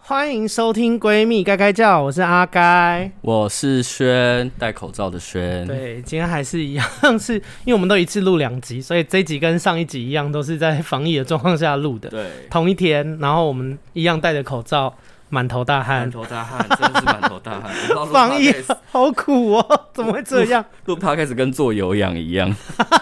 欢迎收听闺蜜该该叫，我是阿该， 我是轩，戴口罩的轩。 对，今天还是一样，是因为我们都一次录2集，所以这一集跟上一集一样，都是在防疫的状况下录的。 对， 同一天，然后我们一样戴着口罩，满头大汗， 满头大汗，真的是满头大汗。 防疫好苦哦，怎么会这样？ 录 podcast 跟做有氧一样。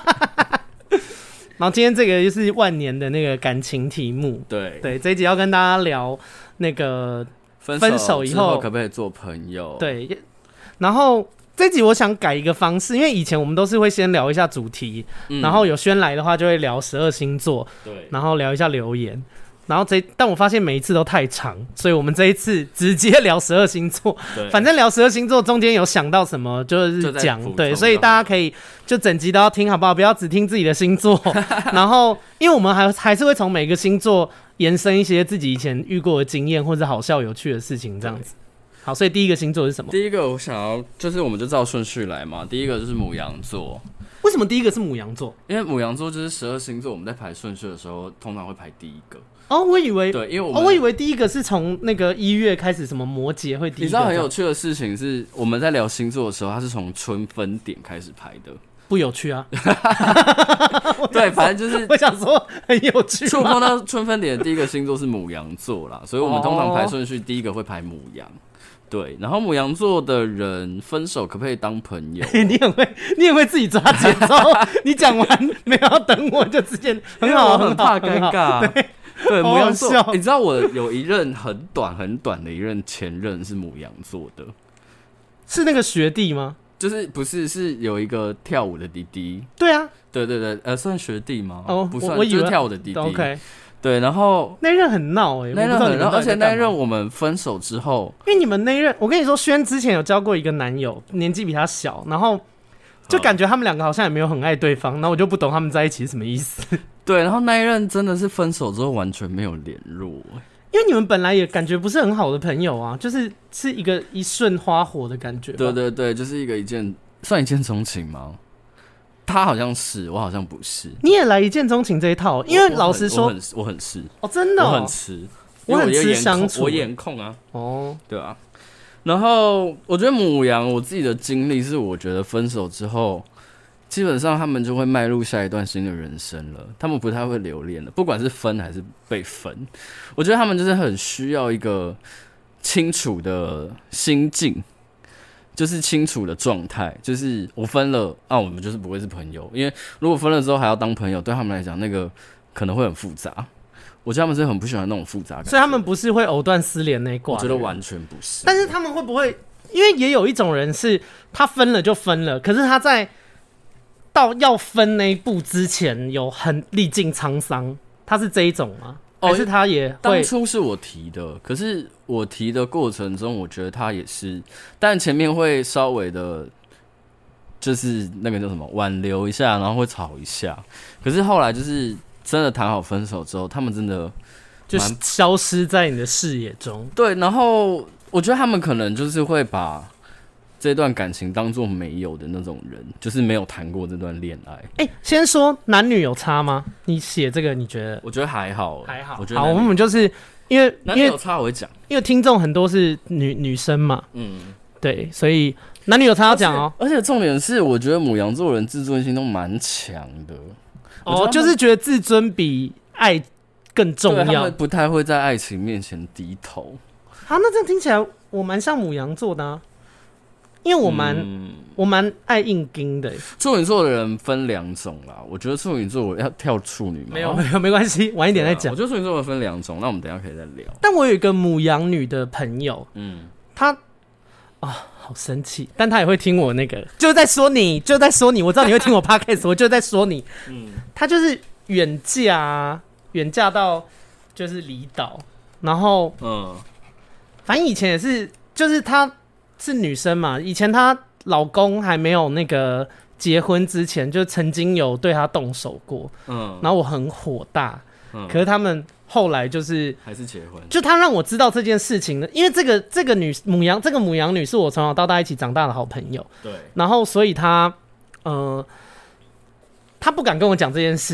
然后今天这个就是万年的那个感情题目， 对， 这一集要跟大家聊那个分手以后可不可以做朋友？ 对，然后这一集我想改一个方式，因为以前我们都是会先聊一下主题，然后有轩来的话就会聊12星座， 对， 然后聊一下留言。然后但我发现每一次都太长，所以我们这一次直接聊12星座。反正聊12星座中间有想到什么就是讲，对，所以大家可以就整集都要听，好不好？不要只听自己的星座。然后，因为我们还是会从每个星座延伸一些自己以前遇过的经验或者好笑有趣的事情，这样子。好，所以第一个星座是什么？ 第一个我想要就是我们就照顺序来嘛。第一个就是牡羊座。 为什么第一个是牡羊座？ 因为牡羊座就是12星座，我们在排顺序的时候通常会排第一个。 哦，我以为对，因为我以为第一个是从那个1月开始，什么摩羯会第一个。 你知道很有趣的事情是，我们在聊星座的时候，它是从春分点开始排的。 不有趣啊？ 对，反正就是我想说很有趣。 触碰到春分点的第一个星座是牡羊座啦，所以我们通常排顺序，第一个会排牡羊。对，然后牡羊座的人分手可不可以当朋友？ 你很会自己抓节奏。你讲完没有要等我就直接很好， 很怕尴尬。对，牡羊座，你知道我有一任很短的一任前任是牡羊座的， 是那个学弟吗？ 就是不是是有一个跳舞的弟弟？ 对啊， 对，算学弟吗？ 哦， 不算， 我以为就是跳舞的弟弟。 OK。 对，然后那任很闹那任很闹，而且那任我们分手之后， 因为你们那任，我跟你说，轩之前有交过一个男友，年纪比他小，然后就感觉他们两个好像也没有很爱对方，然后我就不懂他们在一起是什么意思。 对，然后那一任真的是分手之后完全没有联络， 因为你们本来也感觉不是很好的朋友啊，就是一个一瞬花火的感觉。 对，就是算一见钟情吗？他好像是，我好像不是。 你也来一见钟情这一套？因为老实说， 我很吃哦，真的哦， 我很吃， 我很吃相处， 我颜控啊。 哦， 对啊。然后我觉得牡羊，我自己的经历是，我觉得分手之后，基本上他们就会迈入下一段新的人生了。他们不太会留恋的，不管是分还是被分，我觉得他们就是很需要一个清楚的心境。就是清楚的状态，就是我分了啊，我们就是不会是朋友，因为如果分了之后还要当朋友，对他们来讲那个可能会很复杂。我觉得他们是很不喜欢那种复杂感， 所以他们不是会藕断丝连那一挂。 我觉得完全不是。 但是他们会不会？因为也有一种人是他分了就分了，可是他在到要分那一步之前有很历尽沧桑，他是这一种吗？还是他也会？ 当初是我提的，可是我提的过程中，我觉得他也是，但前面会稍微的，就是那个叫什么挽留一下，然后会吵一下。可是后来就是真的谈好分手之后，他们真的就消失在你的视野中。 对，然后我觉得他们可能就是会把这段感情当作没有的那种人，就是没有谈过这段恋爱。 先说男女有差吗？你写这个你觉得？ 我觉得还好，我觉得好，我们就是因为男女有差我会讲， 因为听众很多是女生嘛，对，所以男女有差要讲哦。 而且重点是，我觉得牡羊座人自尊心都蛮强的， 就是觉得自尊比爱更重要， 他们不太会在爱情面前低头。 好，那这样听起来我蛮像牡羊座的啊。因为我蛮爱硬盯的。 处女座的人分2种啦，我觉得处女座我要跳处女吗？ 没关系，晚一点再讲。 我觉得处女座分2种，那我们等一下可以再聊。 但我有一个牡羊女的朋友，她好生气，但她也会听我那个，就在说你，我知道你会听我 podcast， 我就在说你。她就是远嫁到就是离岛，然后反正以前也是，就是她。是女生嘛？以前她老公还没有那个结婚之前，就曾经有对她动手过。然后我很火大。可是他们后来就是还是结婚， 就她让我知道这件事情的，因为这个牡羊女是我从小到大一起长大的好朋友。 对。 然后所以她不敢跟我讲这件事，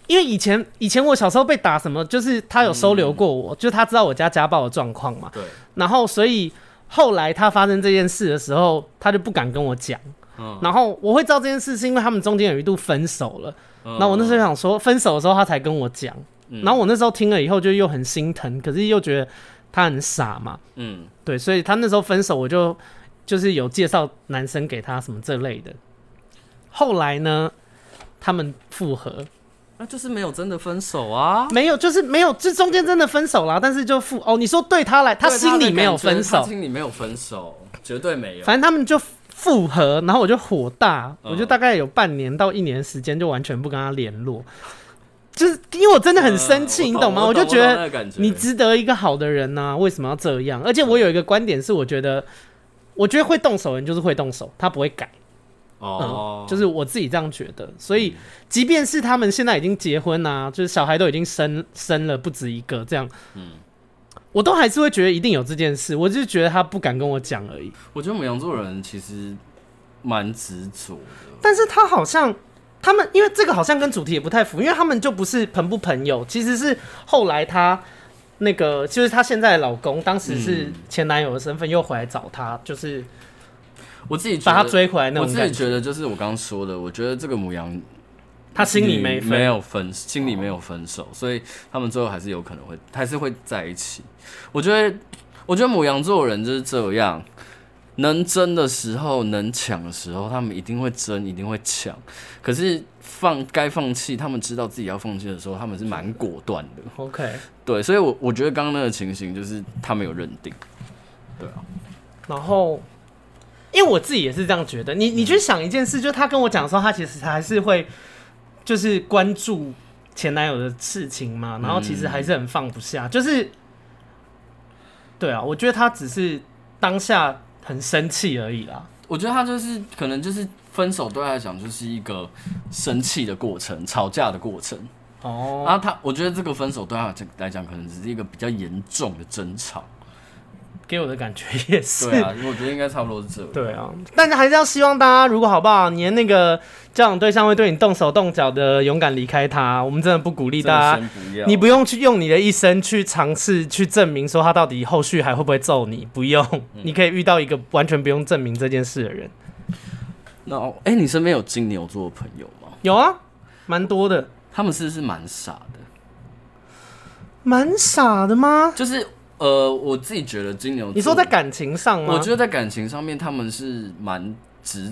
因为以前我小时候被打什么，就是他有收留过我，就是他知道我家暴的状况嘛。 对。 然后所以后来他发生这件事的时候，他就不敢跟我讲。然后我会知道这件事是因为他们中间有一度分手了。然后我那时候想说，分手的时候他才跟我讲。然后我那时候听了以后就又很心疼，可是又觉得他很傻嘛。对，所以他那时候分手，我就是有介绍男生给他什么这类的。后来呢，他们复合。 那就是没有真的分手啊， 没有，就是没有，这中间真的分手啦，但是就你说对他来，他心里没有分手， 他心里没有分手，绝对没有。 反正他们就复合，然后我就火大，我就大概有半年到1年的时间，就完全不跟他联络，就是因为我真的很生气，你懂吗？我就觉得你值得一个好的人啊，为什么要这样？而且我有一个观点是，我觉得会动手的人就是会动手，他不会改。就是我自己这样觉得，所以即便是他们现在已经结婚啊，就是小孩都已经生了不止一个这样，我都还是会觉得一定有这件事，我就是觉得他不敢跟我讲而已。 我觉得牡羊座人其实蛮执着的， 但是他好像他们因为这个好像跟主题也不太符，因为他们就不是朋不朋友，其实是后来他那个就是他现在的老公，当时是前男友的身份又回来找他，就是我自己觉得把他追回来那种感觉。 我自己觉得就是我刚刚说的，我觉得这个牡羊他心里没有分，心里没有分手，所以他们最后还是有可能还是会在一起。我觉得牡羊座的人就是这样，能争的时候，能抢的时候，他们一定会争，一定会抢。可是该放弃，他们知道自己要放弃的时候，他们是蛮果断的。 OK， 对，所以我觉得刚刚那个情形就是他们有认定，对啊。 然后，因为我自己也是这样觉得，你去想一件事，就是他跟我讲的时候，他其实还是会就是关注前男友的事情嘛，然后其实还是很放不下，就是对啊，我觉得他只是当下很生气而已啦。 我觉得他就是可能就是分手对他来讲就是一个生气的过程，吵架的过程。然后我觉得这个分手对他来讲可能只是一个比较严重的争吵。 给我的感觉也是， 对啊，我觉得应该差不多是这样。 对啊，但是还是要希望大家，如果好不好，你的那个交往对象会对你动手动脚的，勇敢离开他。我们真的不鼓励大家，你不用去用你的一生去尝试去证明说他到底后续还会不会揍你，不用，你可以遇到一个完全不用证明这件事的人。 你身边有金牛座的朋友吗？ 有啊，蛮多的。 他们是不是蛮傻的？ 蛮傻的吗？ 就是我自己觉得金牛座， 你说在感情上吗？ 我觉得在感情上面他们是蛮执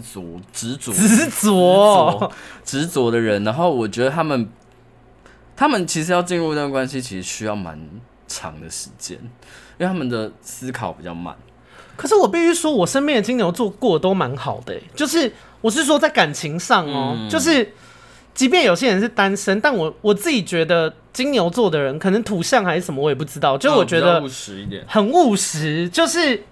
着的人。然后我觉得他们其实要进入一段关系，其实需要蛮长的时间，因为他们的思考比较慢。 可是我必须说，我身边的金牛座过得都蛮好的，就是我是说在感情上就是即便有些人是单身，但我自己觉得金牛座的人可能土象还是什么，我也不知道。就我觉得务实一点， 很务实，就是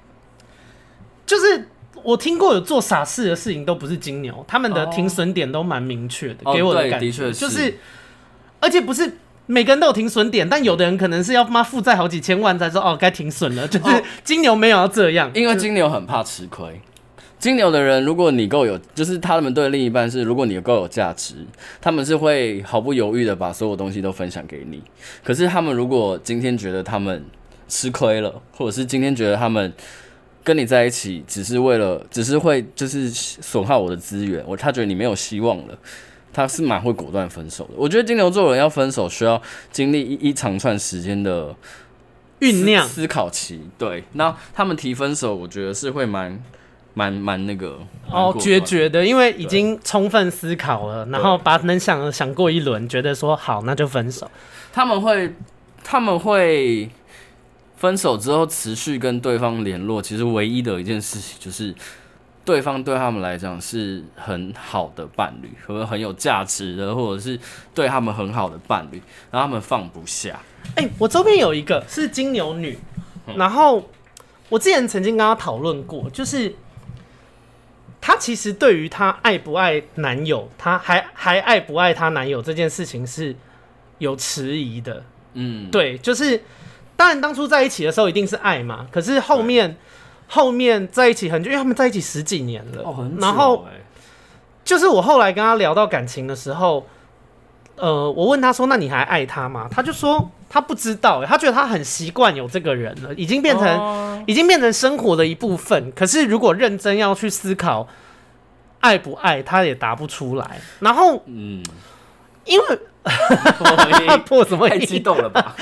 我听过有做傻事的事情都不是金牛，他们的停损点都蛮明确的，给我的感觉就是，而且不是每个人都有停损点，但有的人可能是要负债好几千万才说该停损了，就是金牛没有要这样， 因为金牛很怕吃亏。金牛的人，如果你够有，就是他们对另一半是，如果你够有价值，他们是会毫不犹豫的把所有东西都分享给你。可是他们如果今天觉得他们吃亏了，或者是今天觉得他们跟你在一起只是会就是损耗我的资源，他觉得你没有希望了，他是蛮会果断分手的。我觉得金牛座人要分手需要经历一长串时间的酝酿思考期。对，那他们提分手，我觉得是会蛮那个决的，因为已经充分思考了，然后把能想过一轮，觉得说好那就分手。 他们会分手之后持续跟对方联络，其实唯一的一件事情就是对方对他们来讲是很好的伴侣，或者很有价值的，或者是对他们很好的伴侣，然后他们放不下。 我周边有一个是金牛女，然后我之前曾经跟她讨论过，就是她其实对于她爱不爱男友，她还爱不爱她男友这件事情是有迟疑的。对，就是当然当初在一起的时候一定是爱嘛，可是后面在一起很久，因为他们在一起10几年了， 很久。 然后就是我后来跟她聊到感情的时候， 我问他说：“那你还爱他吗？”他就说他不知道，他觉得他很习惯有这个人了，已经变成生活的一部分。可是如果认真要去思考爱不爱，他也答不出来。然后，因为破什么太激动了吧？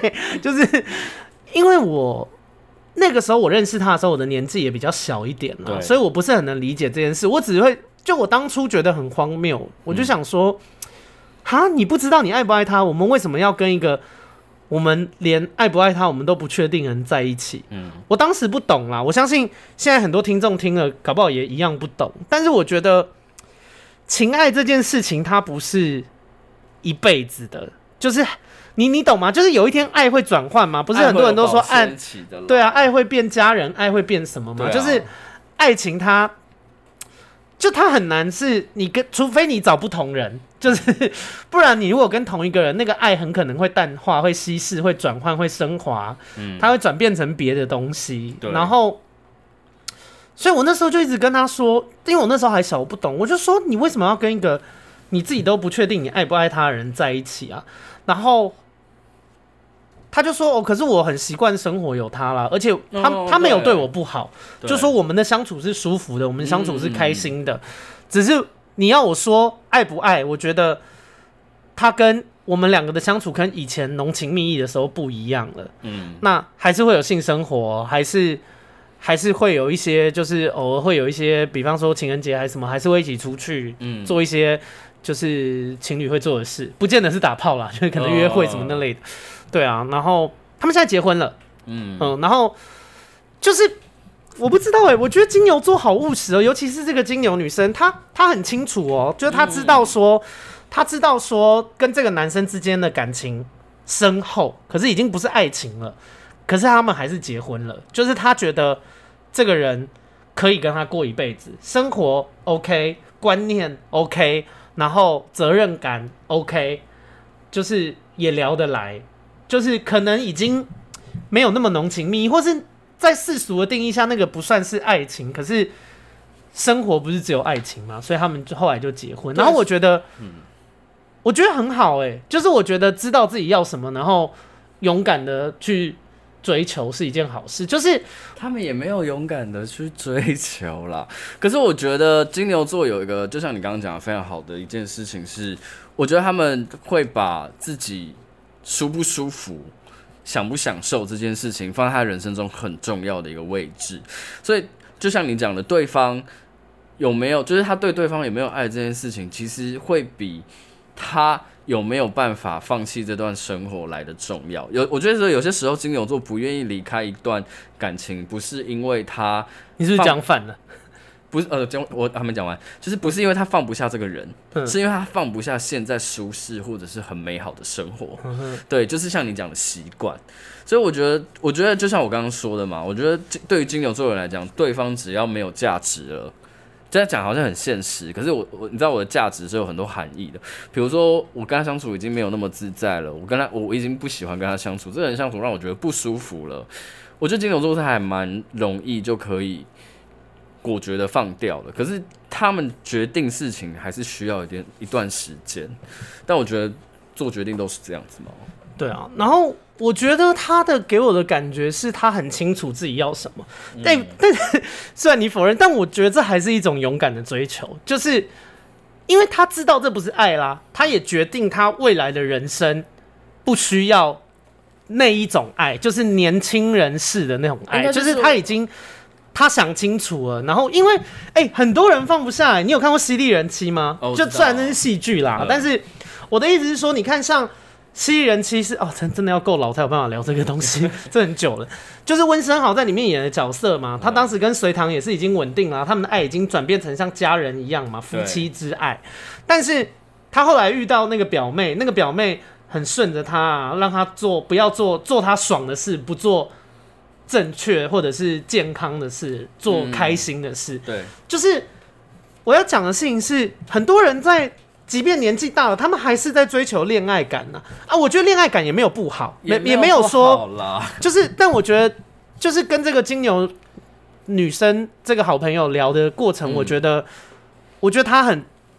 因为我那个时候我认识他的时候，我的年纪也比较小一点了，所以我不是很能理解这件事。我只会我当初觉得很荒谬，我就想说。哈，你不知道你爱不爱他？我们为什么要跟一个我们连爱不爱他我们都不确定的人在一起？我当时不懂啦，我相信现在很多听众听了，搞不好也一样不懂。但是我觉得情爱这件事情，它不是一辈子的，就是你懂吗？就是有一天爱会转换吗？不是很多人都说爱，对啊，爱会变家人，爱会变什么吗？就是爱情它很难是你除非你找不同人。就是不然，你如果跟同一个人，那个爱很可能会淡化、会稀释、会转换、会升华，它会转变成别的东西。然后，所以我那时候就一直跟他说，因为我那时候还小，我不懂，我就说你为什么要跟一个你自己都不确定你爱不爱他的人在一起啊？然后他就说：“可是我很习惯生活有他啦，而且他没有对我不好，就说我们的相处是舒服的，我们相处是开心的，只是。”你要我说爱不爱？我觉得他跟我们两个的相处跟以前浓情蜜意的时候不一样了。那还是会有性生活，还是会有一些，就是偶尔会有一些，比方说情人节还是什么，还是会一起出去，做一些就是情侣会做的事，不见得是打炮啦，就是可能约会什么那类的。对啊，然后他们现在结婚了，然后就是。我不知道我觉得金牛座好务实哦，尤其是这个金牛女生，她很清楚哦，就是她知道说跟这个男生之间的感情深厚，可是已经不是爱情了，可是他们还是结婚了，就是她觉得这个人可以跟他过一辈子，生活 OK， 观念 OK， 然后责任感 OK， 就是也聊得来，就是可能已经没有那么浓情蜜意，或是。在世俗的定义下，那个不算是爱情，可是生活不是只有爱情嘛，所以他们后来就结婚。然后我觉得很好就是我觉得知道自己要什么，然后勇敢的去追求是一件好事。就是他们也没有勇敢的去追求啦。可是我觉得金牛座有一个，就像你刚刚讲的非常好的一件事情是，我觉得他们会把自己舒不舒服。享不享受这件事情放在他人生中很重要的一个位置，所以就像你讲的，对方有没有，就是他对对方有没有爱这件事情，其实会比他有没有办法放弃这段生活来的重要。我觉得有些时候金牛座不愿意离开一段感情，不是因为他， 你是不是讲反了？ 不是我还没讲完，就是不是因为他放不下这个人，是因为他放不下现在舒适或者是很美好的生活。对，就是像你讲的习惯。所以我觉得就像我刚刚说的嘛，我觉得对于金牛座人来讲，对方只要没有价值了，这样讲好像很现实，可是你知道我的价值是有很多含义的。比如说我跟他相处已经没有那么自在了，我已经不喜欢跟他相处，这个人相处让我觉得不舒服了。我觉得金牛座是还蛮容易就可以。果决的放掉了，可是他们决定事情还是需要一段时间，但我觉得做决定都是这样子嘛。 对啊，然后我觉得他给我的感觉是他很清楚自己要什么，但是虽然你否认，但我觉得这还是一种勇敢的追求，就是因为他知道这不是爱啦，他也决定他未来的人生不需要那一种爱，就是年轻人式的那种爱，就是他已经。他想清楚了，然后因为很多人放不下来。你有看过《犀利人妻》吗？就虽然那是戏剧啦，但是我的意思是说，你看像《犀利人妻》是真的要够老才有办法聊这个东西，这很久了。就是温升豪在里面演的角色嘛，他当时跟隋棠也是已经稳定了，他们的爱已经转变成像家人一样嘛，夫妻之爱。但是他后来遇到那个表妹，那个表妹很顺着他，让他不要做他爽的事，不做。正确或者是健康的事，做开心的事，对，就是我要讲的事情是，很多人即便年纪大了，他们还是在追求恋爱感我觉得恋爱感也没有不好，也没有说，就是，但我觉得就是跟这个金牛女生这个好朋友聊的过程，我觉得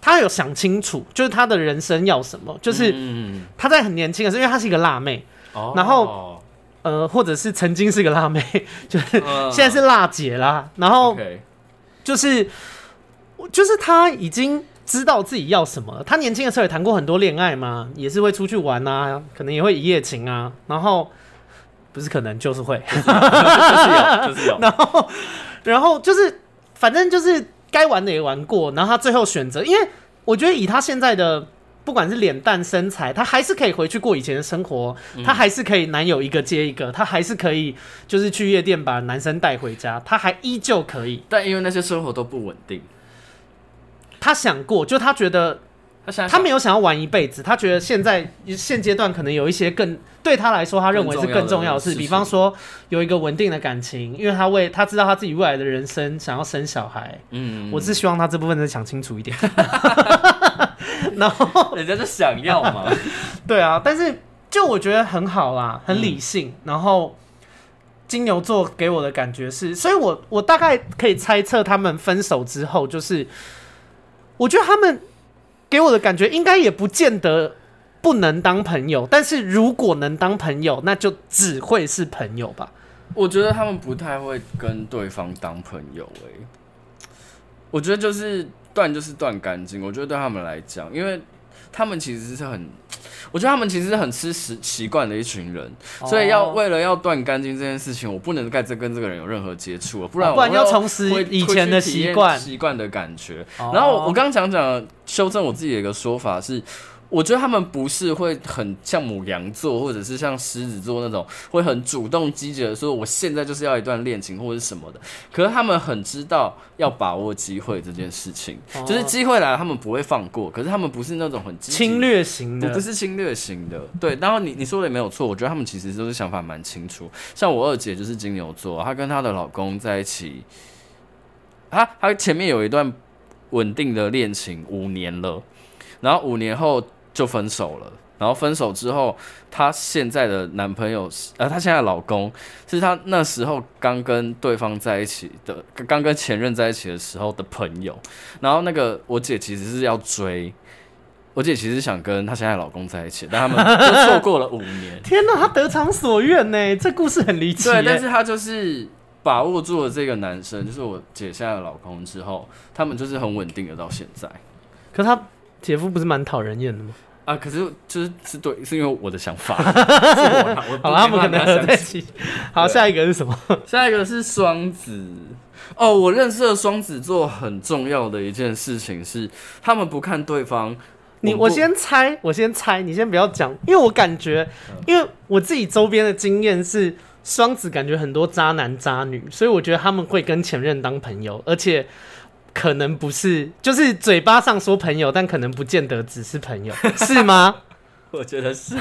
他有想清楚，就是他的人生要什么，就是他在很年轻的时候，因为他是一个辣妹，然后或者是曾经是个辣妹，就是现在是辣姐啦，然后就是他已经知道自己要什么了。他年轻的时候也谈过很多恋爱嘛，也是会出去玩啊，可能也会一夜情啊，然后不是可能就是会， 就是有， 然后就是反正就是该玩的也玩过，然后他最后选择，因为我觉得以他现在的不管是脸蛋身材，他还是可以回去过以前的生活，他还是可以男友一个接一个，他还是可以就是去夜店把男生带回家，他还依旧可以。 但因为那些生活都不稳定， 他想过，就他觉得他没有想要玩一辈子，他觉得现阶段可能有一些对他来说他认为是更重要的事，比方说有一个稳定的感情，因为他知道他自己未来的人生想要生小孩。我是希望他这部分再想清楚一点。然后人家就想要嘛， 对啊，但是就我觉得很好啦，很理性。然后金牛座给我的感觉是，所以我大概可以猜测他们分手之后，就是我觉得他们给我的感觉应该也不见得不能当朋友，但是如果能当朋友，那就只会是朋友吧。 我觉得他们不太会跟对方当朋友我觉得就是断干净。我觉得对他们来讲，因为他们其实是我觉得他们其实是很吃习惯的一群人，所以为了要断干净这件事情，我不能再跟这个人有任何接触了，不然要重拾以前的习惯的感觉。然后我刚讲修正我自己的一个说法是，我觉得他们不是会很像牡羊座或者是像狮子座那种会很主动积极的说我现在就是要一段恋情或者是什么的，可是他们很知道要把握机会这件事情，就是机会来了他们不会放过，可是他们不是那种很侵略型的， 不是侵略型的。对，然后你说的也没有错，我觉得他们其实都是想法蛮清楚。像我二姐就是金牛座，她跟她的老公在一起，她前面有一段稳定的恋情5年了，然后5年后就分手了，然后分手之后，她现在的男朋友她现在的老公是她那时候刚跟对方在一起的，刚跟前任在一起的时候的朋友。然后那个我姐其实是要追，我姐其实想跟她现在的老公在一起，但他们就错过了5年。 天哪，她得偿所愿呢，这故事很离奇。 对，但是她就是把握住了这个男生，就是我姐现在的老公之后，他们就是很稳定的到现在。 可是她姐夫不是蛮讨人厌的吗？ 可是是对，是因为我的想法， 好啦，他们可能合在一起。好，下一个是什么？ 下一个是双子。我认识的双子座很重要的一件事情是，他们不看对方。 我先猜，你先不要讲，因为我感觉，因为我自己周边的经验是，双子感觉很多渣男渣女，所以我觉得他们会跟前任当朋友，而且可能不是，就是嘴巴上说朋友，但可能不见得只是朋友，是吗？ 我觉得是。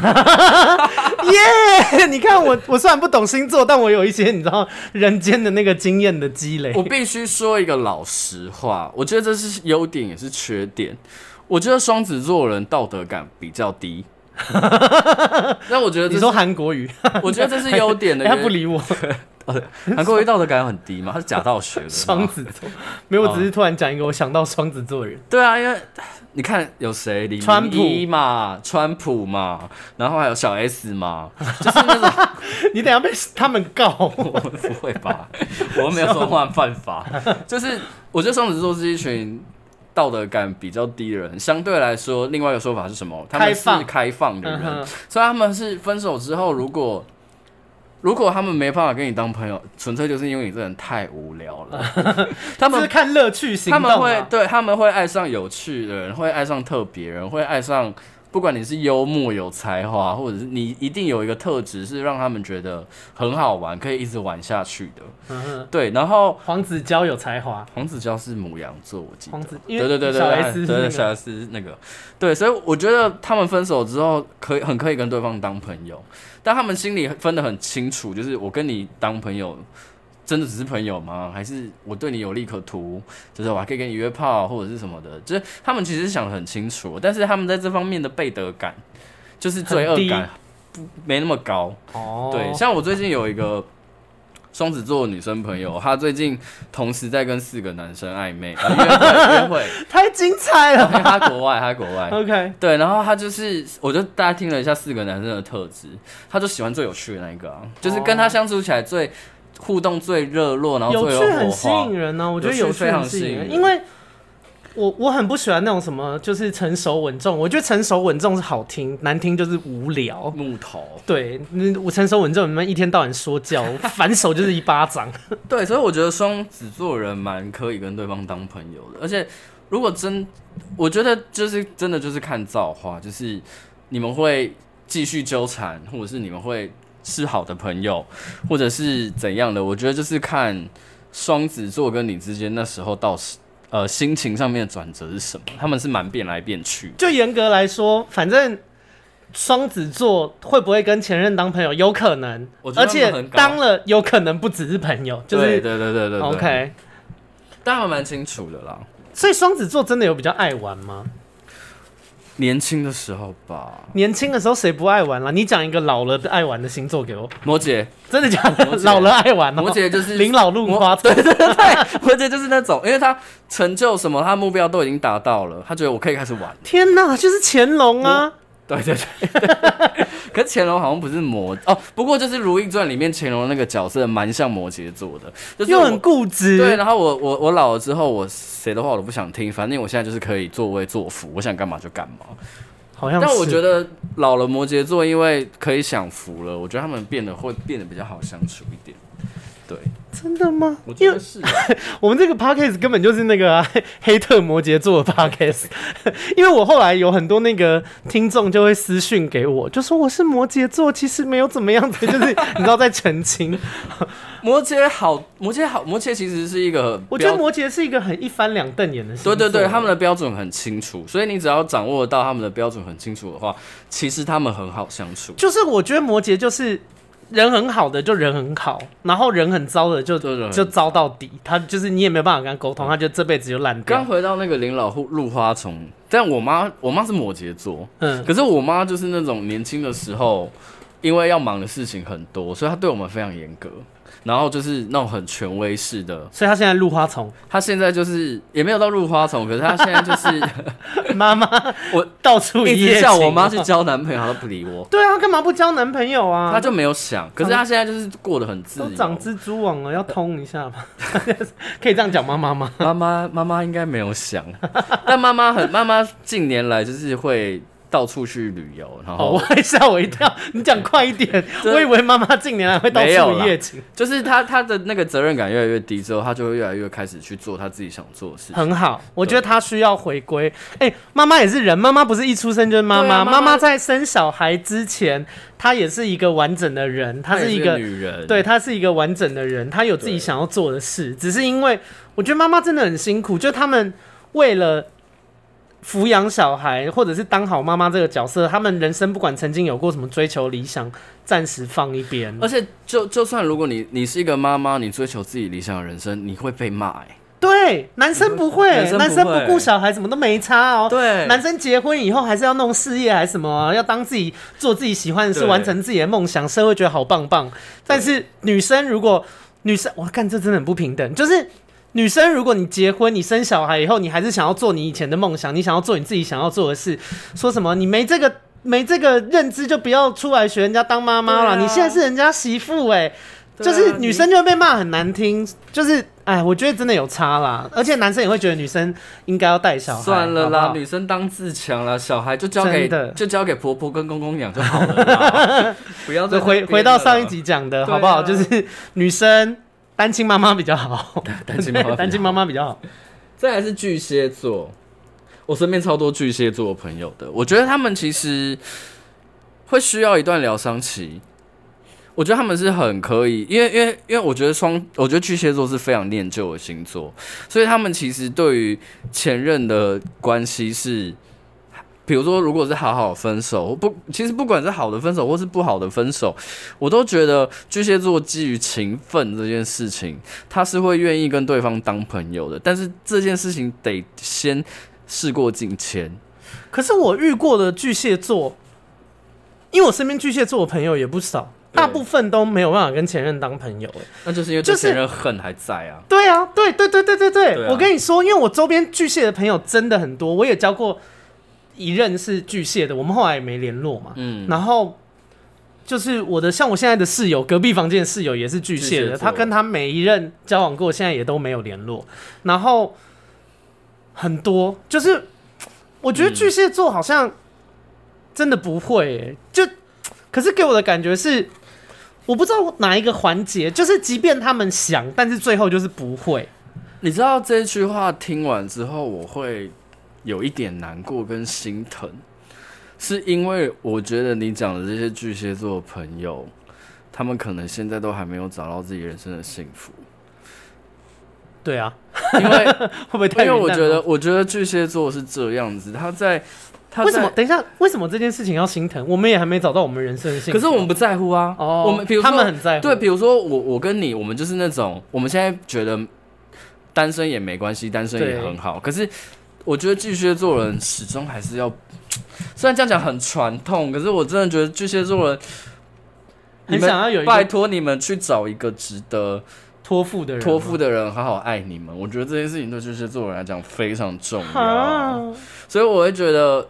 你看我虽然不懂星座，但我有一些你知道人间的那个经验的积累。 我必须说一个老实话，我觉得这是优点也是缺点。我觉得双子座的人道德感比较低。那我觉得你说韩国瑜， 我觉得这是优点的。 他不理我。 韩国瑜道德感很低嘛，他是假道学的。 双子座没有，我只是突然讲一个我想到双子座的人。 对啊，因为你看有谁，李明一嘛，川普嘛，然后还有小 S 嘛，就是那种你等一下被他们告， 我不会吧？我没有说话犯法，就是我觉得双子座是一群道德感比较低的人，相对来说，另外一个说法是什么？他们是开放的人，所以他们是分手之后，如果他们没办法跟你当朋友，纯粹就是因为你这人太无聊了。他们是看乐趣行动， 他们会爱上有趣的人，会爱上特别人，会爱上不管你是幽默有才华，或者是你一定有一个特质是让他们觉得很好玩，可以一直玩下去的。对，然后黄子佼有才华， 黄子佼是牡羊座，我记得。 对，小 S 是那个， 小 S 那个。对，所以我觉得他们分手之后很可以跟对方当朋友，但他们心里分得很清楚，就是我跟你当朋友真的只是朋友吗？还是我对你有利可图？就是我还可以跟你约炮或者是什么的？就是他们其实想得很清楚，但是他们在这方面的背德感，就是罪恶感没那么高。对，像我最近有一个双子座的女生朋友，她最近同时在跟4个男生暧昧，约会， 太精彩了。 她国外 ，OK， 对，然后她就是，我就大家听了一下4个男生的特质，她就喜欢最有趣的那一个啊，就是跟他相处起来最互动最热络，然后最有火花， 很吸引人呢。我觉得有趣很吸引人，因为我很不喜欢那种什么就是成熟稳重，我觉得成熟稳重是好听，难听就是无聊木头。对， 我成熟稳重，你们一天到晚说教，反手就是一巴掌。 对，所以我觉得双子座人蛮可以跟对方当朋友的，而且如果我觉得就是真的就是看造化，就是你们会继续纠缠，或者是你们会是好的朋友，或者是怎样的，我觉得就是看双子座跟你之间那时候到心情上面的转折是什么？他们是蛮变来变去。 就严格来说，反正双子座会不会跟前任当朋友，有可能，而且当了有可能不只是朋友，就是对 OK， 但还蛮清楚的啦。 所以双子座真的有比较爱玩吗？ 年轻的时候吧， 年轻的时候谁不爱玩啦？你讲一个老了爱玩的星座给我。 摩羯， 真的假的？老了爱玩哦。 摩羯就是临老入花。 对，摩羯就是那种，因为他成就什么，他目标都已经达到了，他觉得我可以开始玩。 天哪，就是乾隆啊！ 对，可是乾隆好像不是不过就是《如懿传》里面乾隆那个角色蛮像摩羯座的，就是又很固执。 对，然后我老了之后，我谁的话我都不想听，反正我现在就是可以作威作福，我想干嘛就干嘛。 好像是。 但我觉得老了摩羯座，因为可以享福了，我觉得他们会变得比较好相处一点。对， 真的吗？ 我觉得是。 我们这个 podcast 根本就是那个黑特摩羯座的 podcast， 因为我后来有很多那个听众就会私讯给我，就说我是摩羯座，其实没有怎么样子，就是你知道在澄清。 摩羯其实是一个， 我觉得摩羯是一个很一翻两瞪眼的星座。 对，他们的标准很清楚，所以你只要掌握到他们的标准很清楚的话，其实他们很好相处。 就是我觉得摩羯就是人很好的就人很好，然后人很糟的就糟到底，他就是你也没有办法跟他沟通，他就这辈子就烂掉。 刚回到那个临老入花丛，但我妈是摩羯座，可是我妈就是那种年轻的时候，因为要忙的事情很多，所以她对我们非常严格。然后就是那种很权威式的， 所以他现在入花丛， 他现在就是也没有到入花丛，可是他现在就是妈妈，我到处一直叫我妈去交男朋友，他都不理我。 对啊，干嘛不交男朋友啊？ 他就没有想，可是他现在就是过得很自由。 都长蜘蛛网了，要通一下吧？可以这样讲妈妈吗？ 妈妈应该没有想，但妈妈近年来就是会到处去旅游，然后我还吓我一跳，你讲快一点，我以为妈妈近年来会到处一夜情， 就是她的那个责任感越来越低之后，她就会越来越开始去做她自己想做的事情。 很好，我觉得她需要回归。妈妈也是人，妈妈不是一出生就是妈妈，妈妈在生小孩之前，她也是一个完整的人，她是一个女人， 对，她是一个完整的人，她有自己想要做的事，只是因为我觉得妈妈真的很辛苦，就他们为了抚养小孩，或者是当好妈妈这个角色，他们人生不管曾经有过什么追求理想，暂时放一边。 而且就算如果你是一个妈妈，你追求自己理想的人生，你会被骂对，男生不会，男生不顾小孩什么都没差哦。 对， 男生结婚以后还是要弄事业还是什么，要当自己做自己喜欢的事，完成自己的梦想，社会觉得好棒棒。但是女生，我看这真的很不平等，就是女生，如果你结婚，你生小孩以后，你还是想要做你以前的梦想，你想要做你自己想要做的事，说什么你没这个认知就不要出来学人家当妈妈了，你现在是人家媳妇就是女生就会被骂很难听，就是我觉得真的有差啦，而且男生也会觉得女生应该要带小孩。 算了啦， 好不好？ 女生当自强啦，小孩就交给婆婆跟公公养就好了啦。不要再回到上一集讲的，好不好？就是女生单亲妈妈比较好，单亲妈妈比较好。 再来是巨蟹座，我身边超多巨蟹座的朋友的，我觉得他们其实会需要一段疗伤期。我觉得他们是很可以，因为我觉得巨蟹座是非常念旧的星座，所以他们其实对于前任的关系是，比如说如果是好分手，其实不管是好的分手或是不好的分手，我都觉得巨蟹座基于情分这件事情，他是会愿意跟对方当朋友的，但是这件事情得先事过境迁。 可是我遇过的巨蟹座，因为我身边巨蟹座的朋友也不少。 大部分都没有办法跟前任当朋友。 那就是因为前任恨还在啊。 对啊，对，我跟你说，因为我周边巨蟹的朋友真的很多，我也交过一任是巨蟹的，我们后来也没联络嘛。然后就是像我现在的室友，隔壁房间的室友也是巨蟹的，他跟他每一任交往过，现在也都没有联络。然后很多就是我觉得巨蟹座好像真的不会可是给我的感觉是，我不知道哪一个环节，就是即便他们想，但是最后就是不会。 你知道这句话听完之后，我会有一点难过跟心疼，是因为我觉得你讲的这些巨蟹座的朋友，他们可能现在都还没有找到自己人生的幸福。 对啊， 因为会不会太因为我觉得巨蟹座是这样子，他在为什么？等一下，为什么这件事情要心疼？我们也还没找到我们人生的幸福。 可是我们不在乎啊。我们比如说他们很在乎。 对，比如说我跟你，我们就是那种我们现在觉得单身也没关系，单身也很好。可是我觉得巨蟹座人始终还是要，虽然这样讲很传统，可是我真的觉得巨蟹座人很想要有一个， 拜托你们去找一个值得托付的人好好爱你们。我觉得这件事情对巨蟹座人来讲非常重要，所以我会觉得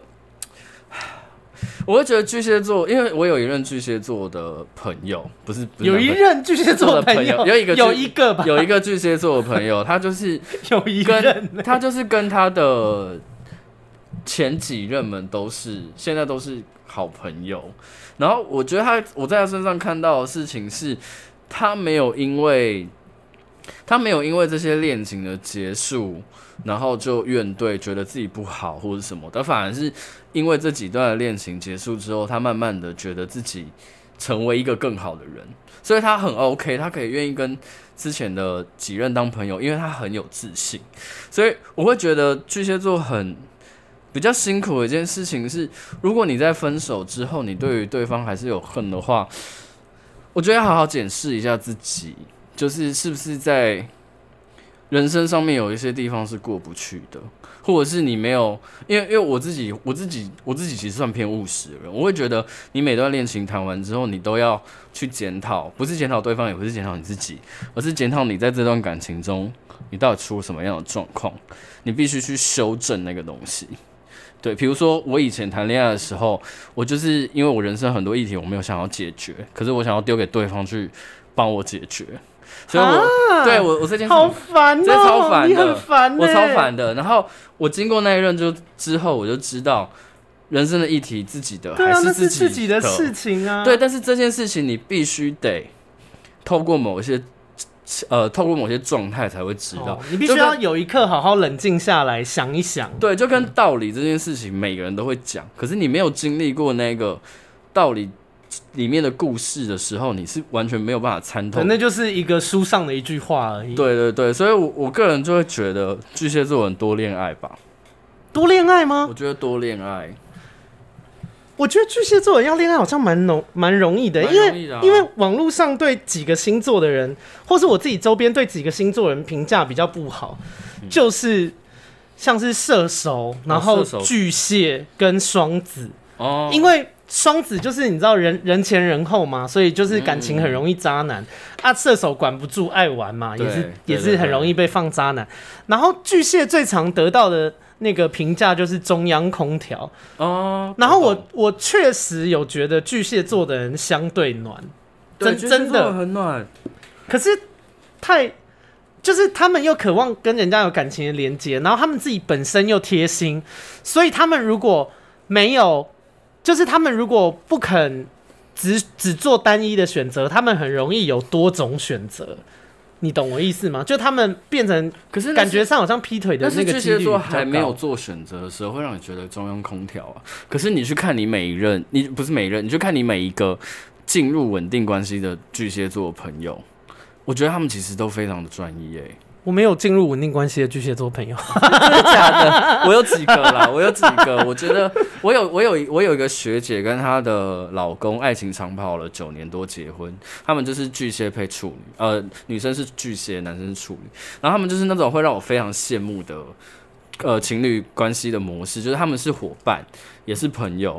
巨蟹座，因为我有一任巨蟹座的朋友，不是有一任巨蟹座的朋友，有一个吧， 有一个巨蟹座的朋友，他就是有一任， 他就是跟他的前几任们现在都是好朋友。然后我觉得我在他身上看到的事情是，他没有因为这些恋情的结束，然后就怨怼，觉得自己不好或者什么的，反而是因为这几段的恋情结束之后，他慢慢的觉得自己成为一个更好的人，所以他很 OK， 他可以愿意跟之前的几任当朋友，因为他很有自信。所以我会觉得巨蟹座比较辛苦的一件事情是，如果你在分手之后，你对于对方还是有恨的话，我觉得要好好检视一下自己，就是是不是在人生上面有一些地方是过不去的，或者是你没有，因为我自己其实算偏务实的人，我会觉得你每段恋情谈完之后，你都要去检讨，不是检讨对方，也不是检讨你自己，而是检讨你在这段感情中，你到底出了什么样的状况，你必须去修正那个东西。对，比如说我以前谈恋爱的时候，我就是因为我人生很多议题我没有想要解决，可是我想要丢给对方去帮我解决，所以对我这件事好烦哦， 这超烦的， 你很烦我超烦的。然后我经过那一任之后，我就知道人生的议题自己的还是自己的事情啊。 对，但是这件事情你必须得透过某些状态才会知道， 你必须要有一刻好好冷静下来想一想。 对，就跟道理这件事情，每个人都会讲，可是你没有经历过那个道理里面的故事的时候，你是完全没有办法参透。 那就是一个书上的一句话而已。 对，所以我个人就会觉得巨蟹座人多恋爱吧。 多恋爱吗？ 我觉得多恋爱。 我觉得巨蟹座人要恋爱好像蛮容易的，因为网络上对几个星座的人，或是我自己周边对几个星座人评价比较不好，就是像是射手，然后巨蟹跟双子。因为双子就是你知道人前人后嘛，所以就是感情很容易渣男射手管不住爱玩嘛，也是很容易被放渣男。然后巨蟹最常得到的那个评价就是中央空调然后我确实有觉得巨蟹座的人相对暖，真的很暖。 可是就是他们又渴望跟人家有感情的连接，然后他们自己本身又贴心，所以他们如果没有，就是他们如果不肯只做单一的选择，他们很容易有多种选择。你懂我意思吗？就他们变成，可是感觉上好像劈腿的那个几率比较高。但是巨蟹座还没有做选择的时候，会让你觉得中央空调啊。可是你去看你每一任，你不是每一任，你去看你每一个进入稳定关系的巨蟹座的朋友，我觉得他们其实都非常的专一欸。 我没有进入稳定关系的巨蟹座朋友， 真的假的？我有几个啦，我有几个。我觉得我有一个学姐跟她的老公爱情长跑了9年多结婚，他们就是巨蟹配处女，女生是巨蟹，男生是处女，然后他们就是那种会让我非常羡慕的情侣关系的模式，就是他们是伙伴，也是朋友。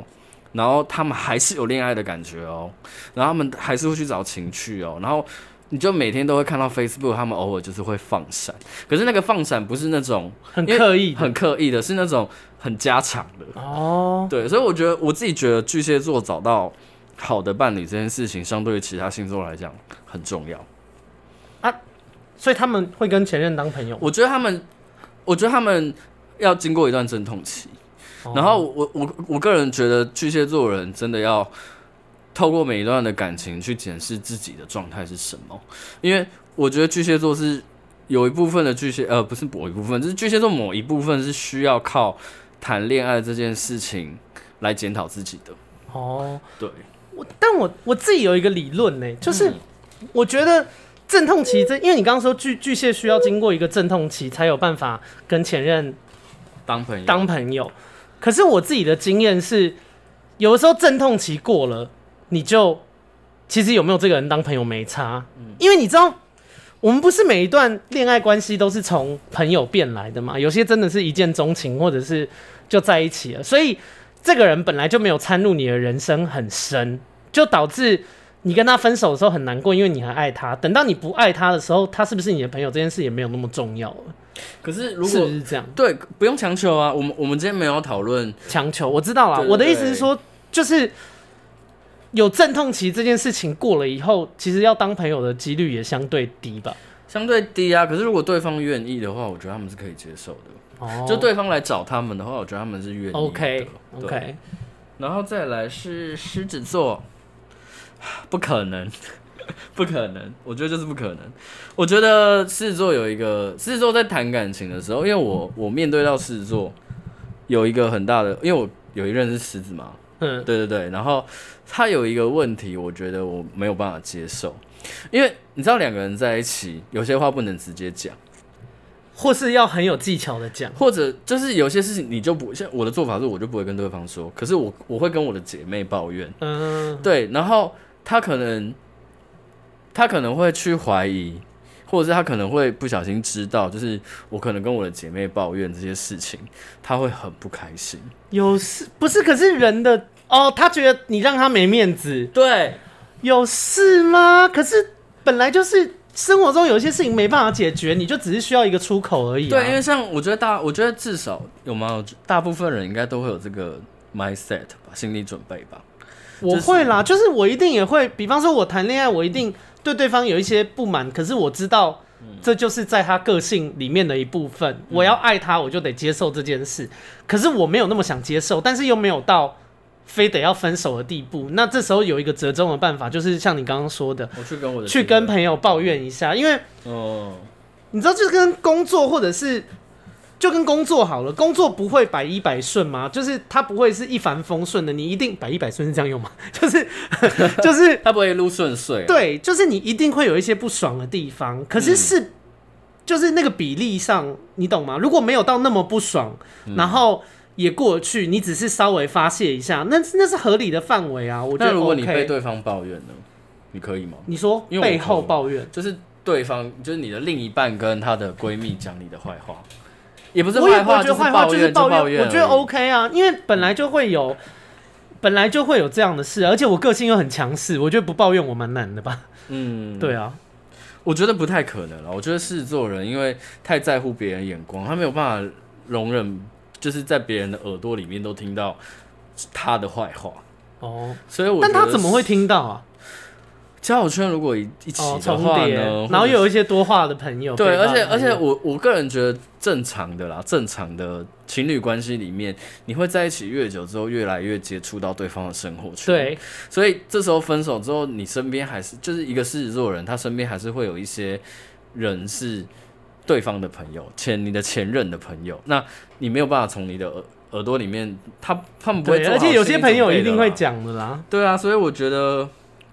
然后他们还是有恋爱的感觉哦，然后他们还是会去找情趣哦，然后你就每天都会看到 Facebook， 他们偶尔就是会放闪，可是那个放闪不是那种很刻意的， 很刻意的，是那种很家常的哦。 对，所以我自己觉得巨蟹座找到好的伴侣这件事情，相对于其他星座来讲很重要啊。所以他们会跟前任当朋友？ 我觉得他们要经过一段阵痛期。然后我个人觉得巨蟹座人真的要透过每一段的感情去检视自己的状态是什么，因为我觉得巨蟹座是有一部分的巨蟹不是某一部分，就是巨蟹座某一部分是需要靠谈恋爱这件事情来检讨自己的。 哦， 对， 但我自己有一个理论呢，就是我觉得阵痛期因为你刚刚说巨蟹需要经过一个阵痛期才有办法跟前任当朋友。可是我自己的经验是，有的时候阵痛期过了，你就其实有没有这个人当朋友没差，因为你知道，我们不是每一段恋爱关系都是从朋友变来的嘛，有些真的是一见钟情，或者是就在一起了，所以这个人本来就没有参入你的人生很深，就导致你跟他分手的时候很难过，因为你还爱他。等到你不爱他的时候，他是不是你的朋友这件事也没有那么重要了。 可是如果是不是这样？ 对，不用强求啊。我们今天没有讨论强求，我知道啦。我的意思是说，就是有阵痛期这件事情过了以后，其实要当朋友的几率也相对低吧？ 相对低啊。可是如果对方愿意的话，我觉得他们是可以接受的。哦，就对方来找他们的话，我觉得他们是愿意的。 OK。 然后再来是狮子座，不可能。不可能，我觉得就是不可能。我觉得狮子座在谈感情的时候，因为我面对到狮子座有一个很大的，因为我有一任是狮子嘛，对，然后他有一个问题，我觉得我没有办法接受，因为你知道两个人在一起，有些话不能直接讲， 或是要很有技巧的讲， 或者就是有些事情你就不像我的做法是，我就不会跟对方说，可是我会跟我的姐妹抱怨，对，然后他可能会去怀疑，或者是他可能会不小心知道，就是我可能跟我的姐妹抱怨这些事情，他会很不开心。有事不是？可是人的他觉得你让他没面子， 对， 有事吗？可是本来就是生活中有一些事情没办法解决，你就只是需要一个出口而已。 对，因为像我觉得至少有没有大部分人应该都会有这个 mindset 吧，心理准备吧。 我会啦，就是我一定也会，比方说我谈恋爱，我一定对对方有一些不满，可是我知道这就是在他个性里面的一部分，我要爱他，我就得接受这件事。可是我没有那么想接受，但是又没有到非得要分手的地步。那这时候有一个折中的办法，就是像你刚刚说的， 我去跟朋友抱怨一下，因为你知道，就是跟工作或者是。就跟工作好了，工作不会百依百顺吗？就是它不会是一帆风顺的，你一定百依百顺是这样用吗？就是它不会一路顺遂。 对，就是你一定会有一些不爽的地方，可是就是那个比例上，你懂吗？如果没有到那么不爽，然后也过去，你只是稍微发泄一下，那是合理的范围啊。我觉得 OK。 那如果你被对方抱怨呢？你可以吗？ 你说背后抱怨， 就是对方，就是你的另一半跟她的闺蜜讲你的坏话。也不是坏话，就是抱怨。 我觉得 OK 啊，因为本来就会有这样的事，而且我个性又很强势，我觉得不抱怨我蛮难的吧。对啊， 我觉得不太可能了。我觉得狮子座人因为太在乎别人眼光，他没有办法容忍，就是在别人的耳朵里面都听到他的坏话。所以但他怎么会听到啊？ 交友圈如果一起的话呢， 然后又有一些多话的朋友， 对，而且我个人觉得正常的情侣关系里面，你会在一起越久之后，越来越接触到对方的生活圈， 对， 所以这时候分手之后，你身边还是就是一个狮子座人，他身边还是会有一些人是对方的朋友，你的前任的朋友，那你没有办法从你的耳朵里面，他们不会做好心理准备的啦， 而且有些朋友一定会讲的啦， 对啊，所以我觉得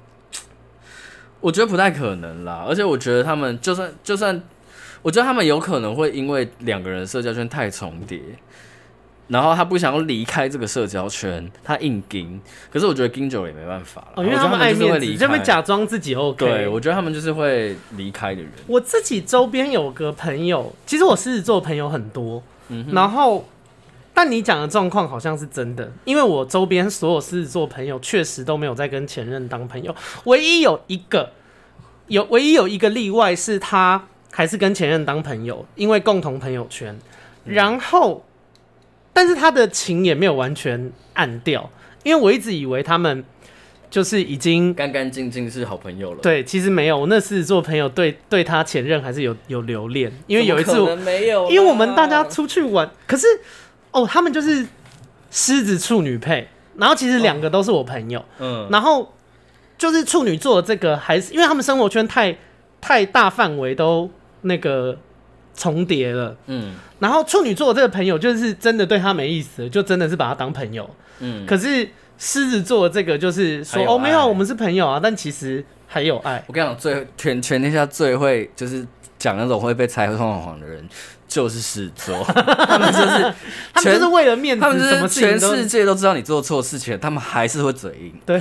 不太可能啦，而且我觉得他们就算，我觉得他们有可能会因为两个人的社交圈太重叠，然后他不想要离开这个社交圈，他硬盯，可是我觉得盯久了也没办法了， 因为他们爱面子，就会假装自己 OK。 对，我觉得他们就是会离开的人。 我自己周边有个朋友，其实我狮子座朋友很多，然后但你讲的状况好像是真的，因为我周边所有狮子座朋友确实都没有在跟前任当朋友，唯一有一个例外是他还是跟前任当朋友，因为共同朋友圈，然后但是他的情也没有完全暗掉，因为我一直以为他们就是已经干干净净是好朋友了。 对，其实没有，我那狮子座朋友对他前任还是有留恋，因为有一次因为我们大家出去玩，可是他们就是狮子处女配，然后其实2个都是我朋友，然后就是处女座的这个还是因为他们生活圈太大范围都那个重叠了，然后处女座的这个朋友就是真的对他没意思，就真的是把他当朋友，可是狮子座的这个就是说没有，我们是朋友啊，但其实还有爱。 我跟你讲，全天下最会就是讲那种会被拆谎的人，就是狮子座。他们就是为了面子，他们就是全世界都知道你做错事情，他们还是会嘴硬。 对，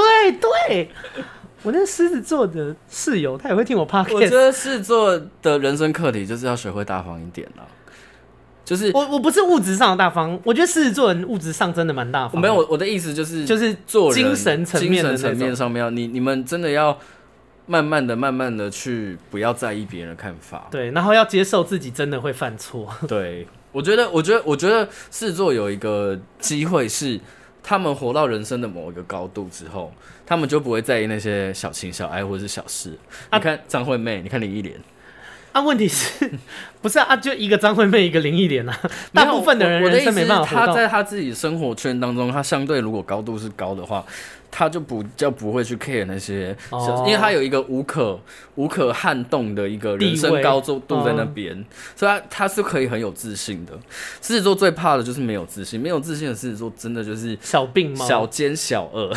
我那个狮子座的室友，他也会听我 podcast。 我觉得狮子座的人生课题就是要学会大方一点啦。就是我不是物质上的大方，我觉得狮子座人物质上真的蛮大方的。 没有，我的意思就是做人精神层面的层面上面你们真的要慢慢的去不要在意别人的看法， 对，然后要接受自己真的会犯错。 对，我觉得狮子座有一个机会是，他们活到人生的某一个高度之后，他们就不会在意那些小情小爱或者是小事。你看张惠妹，你看林忆莲。 问题是不是就一个张惠妹，一个林忆莲啊？大部分的人人生没办法活到。 他在他自己生活圈当中，他相对如果高度是高的话，他就不会去 care 那些，因为他有一个无可撼动的一个人生高度在那边，所以他是可以很有自信的。狮子座最怕的就是没有自信，没有自信的狮子座真的就是小病猫、 小奸小恶，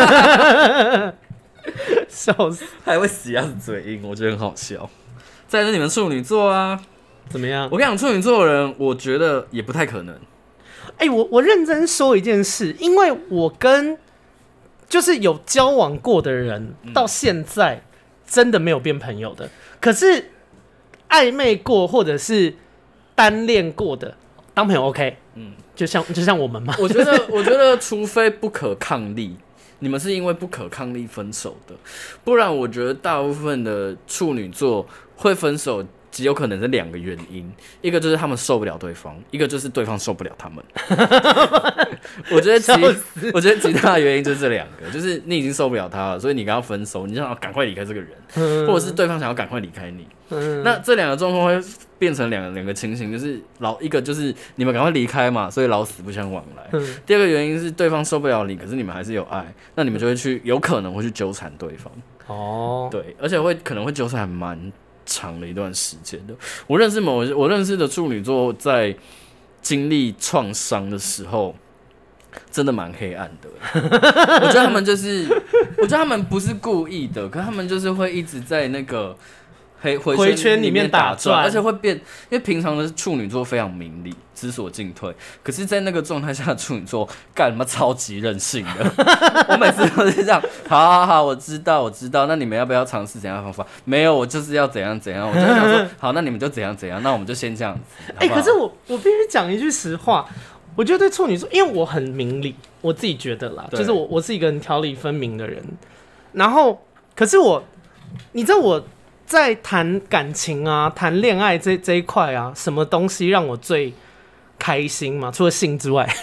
笑死， 还会死鸭子嘴硬，我觉得很好笑。再是你们处女座啊， 怎么样？ 我跟你讲，处女座的人，我觉得也不太可能。 我认真说一件事，因为我跟就是有交往过的人，到现在真的没有变朋友的。可是暧昧过或者是单恋过的，当朋友 OK，就像我们嘛。 我觉得，除非不可抗力。你们是因为不可抗力分手的，不然我觉得大部分的处女座会分手，极有可能是2个原因，一个就是他们受不了对方，一个就是对方受不了他们。我觉得极大的原因就是这2个，就是你已经受不了他了，所以你跟他分手，你想要赶快离开这个人，或者是对方想要赶快离开你。那这2个状况会变成两个情形，就是一个就是你们赶快离开嘛，所以老死不相往来。第2个原因是对方受不了你，可是你们还是有爱，那你们就会有可能会去纠缠对方。对，而且可能会纠缠蛮长的一段时间的。我认识的处女座在经历创伤的时候，真的蛮黑暗的。我觉得他们不是故意的，可他们就是会一直在那个回圈里面打转，而且会变，因为平常的处女座非常明理，知所进退，可是在那个状态下的处女座干嘛超级任性的。我每次都是这样，好，我知道，那你们要不要尝试怎样的方法？没有，我就是要怎样，我就想说，好，那你们就怎样，那我们就先这样子。 可是我必须讲一句实话，我觉得对处女座，因为我很明理，我自己觉得啦，就是我是一个很条理分明的人，然后可是你知道我在谈感情啊、谈恋爱这一块啊，什么东西让我最开心吗？除了性之外，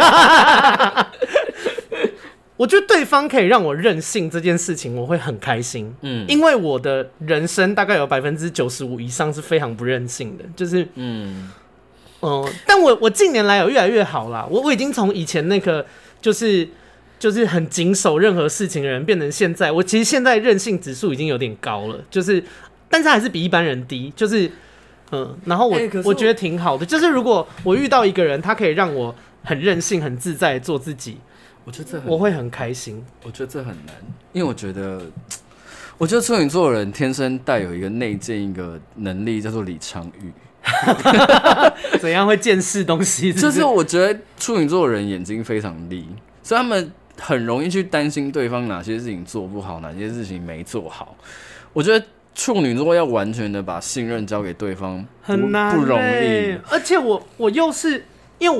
我觉得对方可以让我任性这件事情，我会很开心。因为我的人生大概有95%以上是非常不任性的，就是但我近年来有越来越好啦。我已经从以前那个就是很谨守任何事情的人，变成现在，我其实现在韧性指数已经有点高了，但是还是比一般人低，然后我觉得挺好的，就是如果我遇到一个人，他可以让我很任性、很自在的做自己，我会很开心。 我觉得这很难，因为我觉得处女座的人天生带有一个内建一个能力，叫做李昌钰。 怎样会见识东西？ 就是我觉得处女座的人眼睛非常利，所以他们很容易去担心对方哪些事情做不好，哪些事情没做好。我觉得处女座要完全的把信任交给对方很难，不容易。 而且我又是因为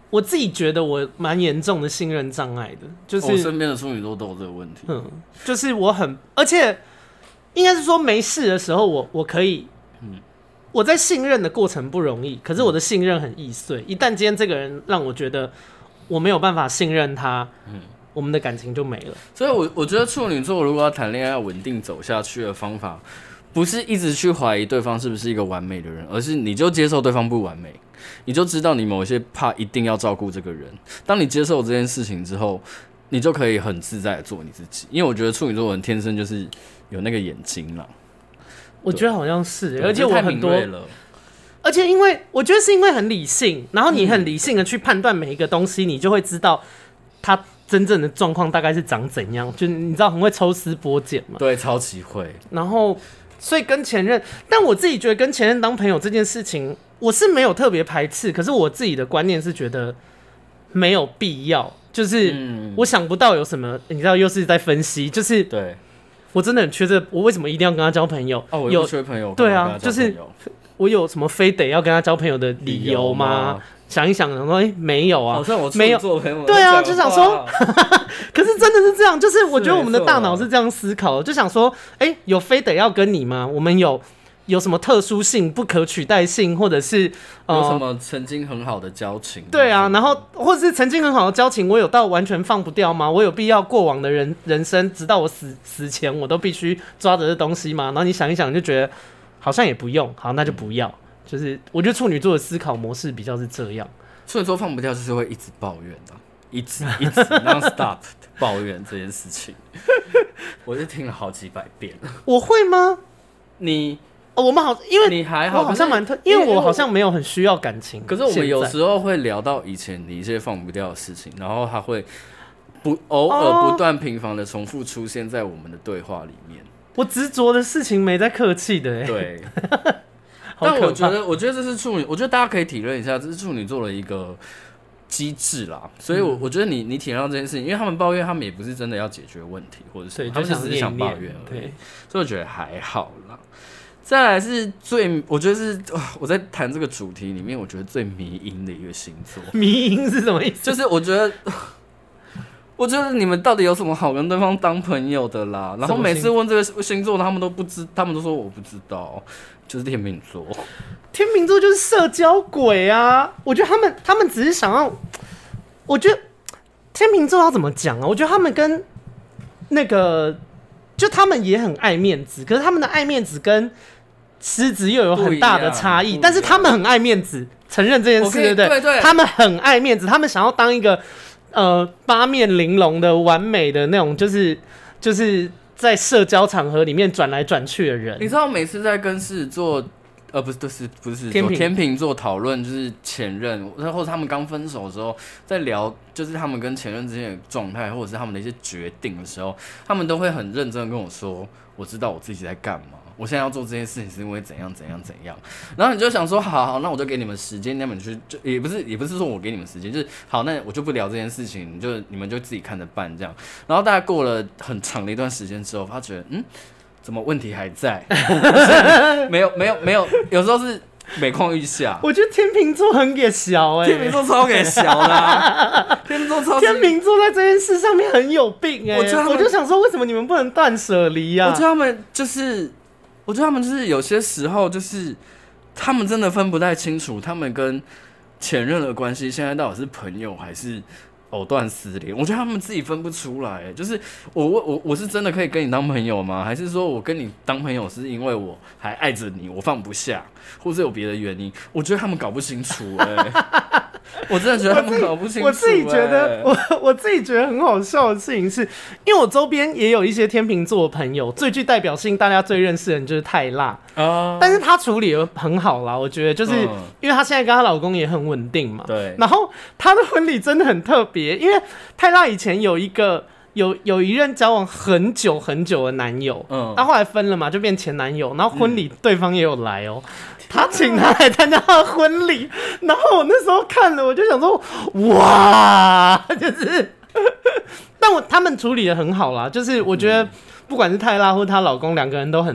我自己觉得我蛮严重的信任障碍的，就是我身边的处女座都有这个问题。 就是而且应该是说没事的时候我可以，我在信任的过程不容易，可是我的信任很易碎。一旦今天这个人让我觉得我没有办法信任他，我们的感情就没了。 所以我觉得处女座如果要谈恋爱要稳定走下去的方法，不是一直去怀疑对方是不是一个完美的人，而是你就接受对方不完美，你就知道你某些怕一定要照顾这个人。当你接受这件事情之后，你就可以很自在的做你自己。因为我觉得处女座人天生就是有那个眼睛啦。 我觉得好像是，而且我很多， 太敏锐了。 而且因为我觉得是因为很理性，然后你很理性的去判断每一个东西，你就会知道它真正的状况大概是长怎样。就你知道很会抽丝剥茧嘛？ 对，超级会。 然后所以跟前任，但我自己觉得跟前任当朋友这件事情，我是没有特别排斥，可是我自己的观念是觉得没有必要。就是我想不到有什么，你知道，又是在分析，就是对。 我真的很缺这，我为什么一定要跟他交朋友？ 哦，我也不缺朋友。 对啊，就是我有什么非得要跟他交朋友的理由吗？想一想，然后没有啊， 好像我没有做朋友。 对啊，就想说，可是真的是这样，就是我觉得我们的大脑是这样思考的，就想说，有非得要跟你吗？我们有什么特殊性、不可取代性，或者是有什么曾经很好的交情？ 对啊，然后或者是曾经很好的交情，我有到完全放不掉吗？我有必要过往的人生，直到我死前，我都必须抓着这东西吗？然后你想一想，就觉得好像也不用，好，那就不要。就是我觉得处女座的思考模式比较是这样， 处女座放不掉，就是会一直抱怨的，一直 non-stop 抱怨这件事情。我就听了好几百遍。 我会吗？我们好，因为你还好， 好像蛮因为我好像没有很需要感情。 可是我们有时候会聊到以前你一些放不掉的事情，然后他会偶尔不断频繁的重复出现在我们的对话里面。 我执着的事情没在客气的， 对。但我觉得这是处女，我觉得大家可以体认一下，这是处女座的一个机制啦。所以我觉得你体谅这件事情，因为他们抱怨，他们也不是真的要解决问题，或者是他们只是想抱怨而已。所以我觉得还好啦。再来是我觉得是我在谈这个主题里面，我觉得最迷因的一个星座。 迷因是什么意思？ 就是我觉得你们到底有什么好跟对方当朋友的啦？然后每次问这个星座，他们都说我不知道，就是天秤座。 天秤座就是社交鬼啊！我觉得他们只是想要，我觉得天秤座要怎么讲啊？我觉得他们跟那个，就他们也很爱面子，可是他们的爱面子跟狮子又有很大的差异。但是他们很爱面子，承认这件事，对不对？对，他们很爱面子，他们想要当一个八面玲珑的完美的那种，就是在社交场合里面转来转去的人。 你知道每次在跟狮子座不是天秤座讨论就是前任，或者他们刚分手的时候，在聊就是他们跟前任之间的状态，或者是他们的一些决定的时候，他们都会很认真的跟我说，我知道我自己在干嘛，我现在要做这件事情是因为怎样怎样怎样。然后你就想说，好，那我就给你们时间，你们去也不是说我给你们时间，就是好，那我就不聊这件事情，你们就自己看着办这样。然后大概过了很长的一段时间之后，发觉怎么问题还在？没有，有时候是每况愈下。 我觉得天秤座很给小天秤座超给小的、啊，天秤座在这件事上面很有病我就想说，为什么你们不能断舍离啊？ 我觉得他们就是有些时候就是他们真的分不太清楚，他们跟前任的关系现在到底是朋友还是藕断丝连。我觉得他们自己分不出来，就是我是真的可以跟你当朋友吗？还是说我跟你当朋友是因为我还爱着你，我放不下，或是有别的原因？我觉得他们搞不清楚我真的觉得他们搞不清楚。 我自己觉得，我自己觉得很好笑的事情是，因为我周边也有一些天秤座的朋友，最具代表性，大家最认识的人就是泰辣但是她处理的很好啦，我觉得就是因为她现在跟她老公也很稳定嘛， 对。 然后她的婚礼真的很特别，因为泰辣以前有一任交往很久很久的男友，他后来分了嘛，就变前男友，然后婚礼对方也有来他请他来参加他的婚礼，然后我那时候看了，我就想说，哇，就是但他们处理的很好啦，就是我觉得不管是泰辣或她老公，两个人都很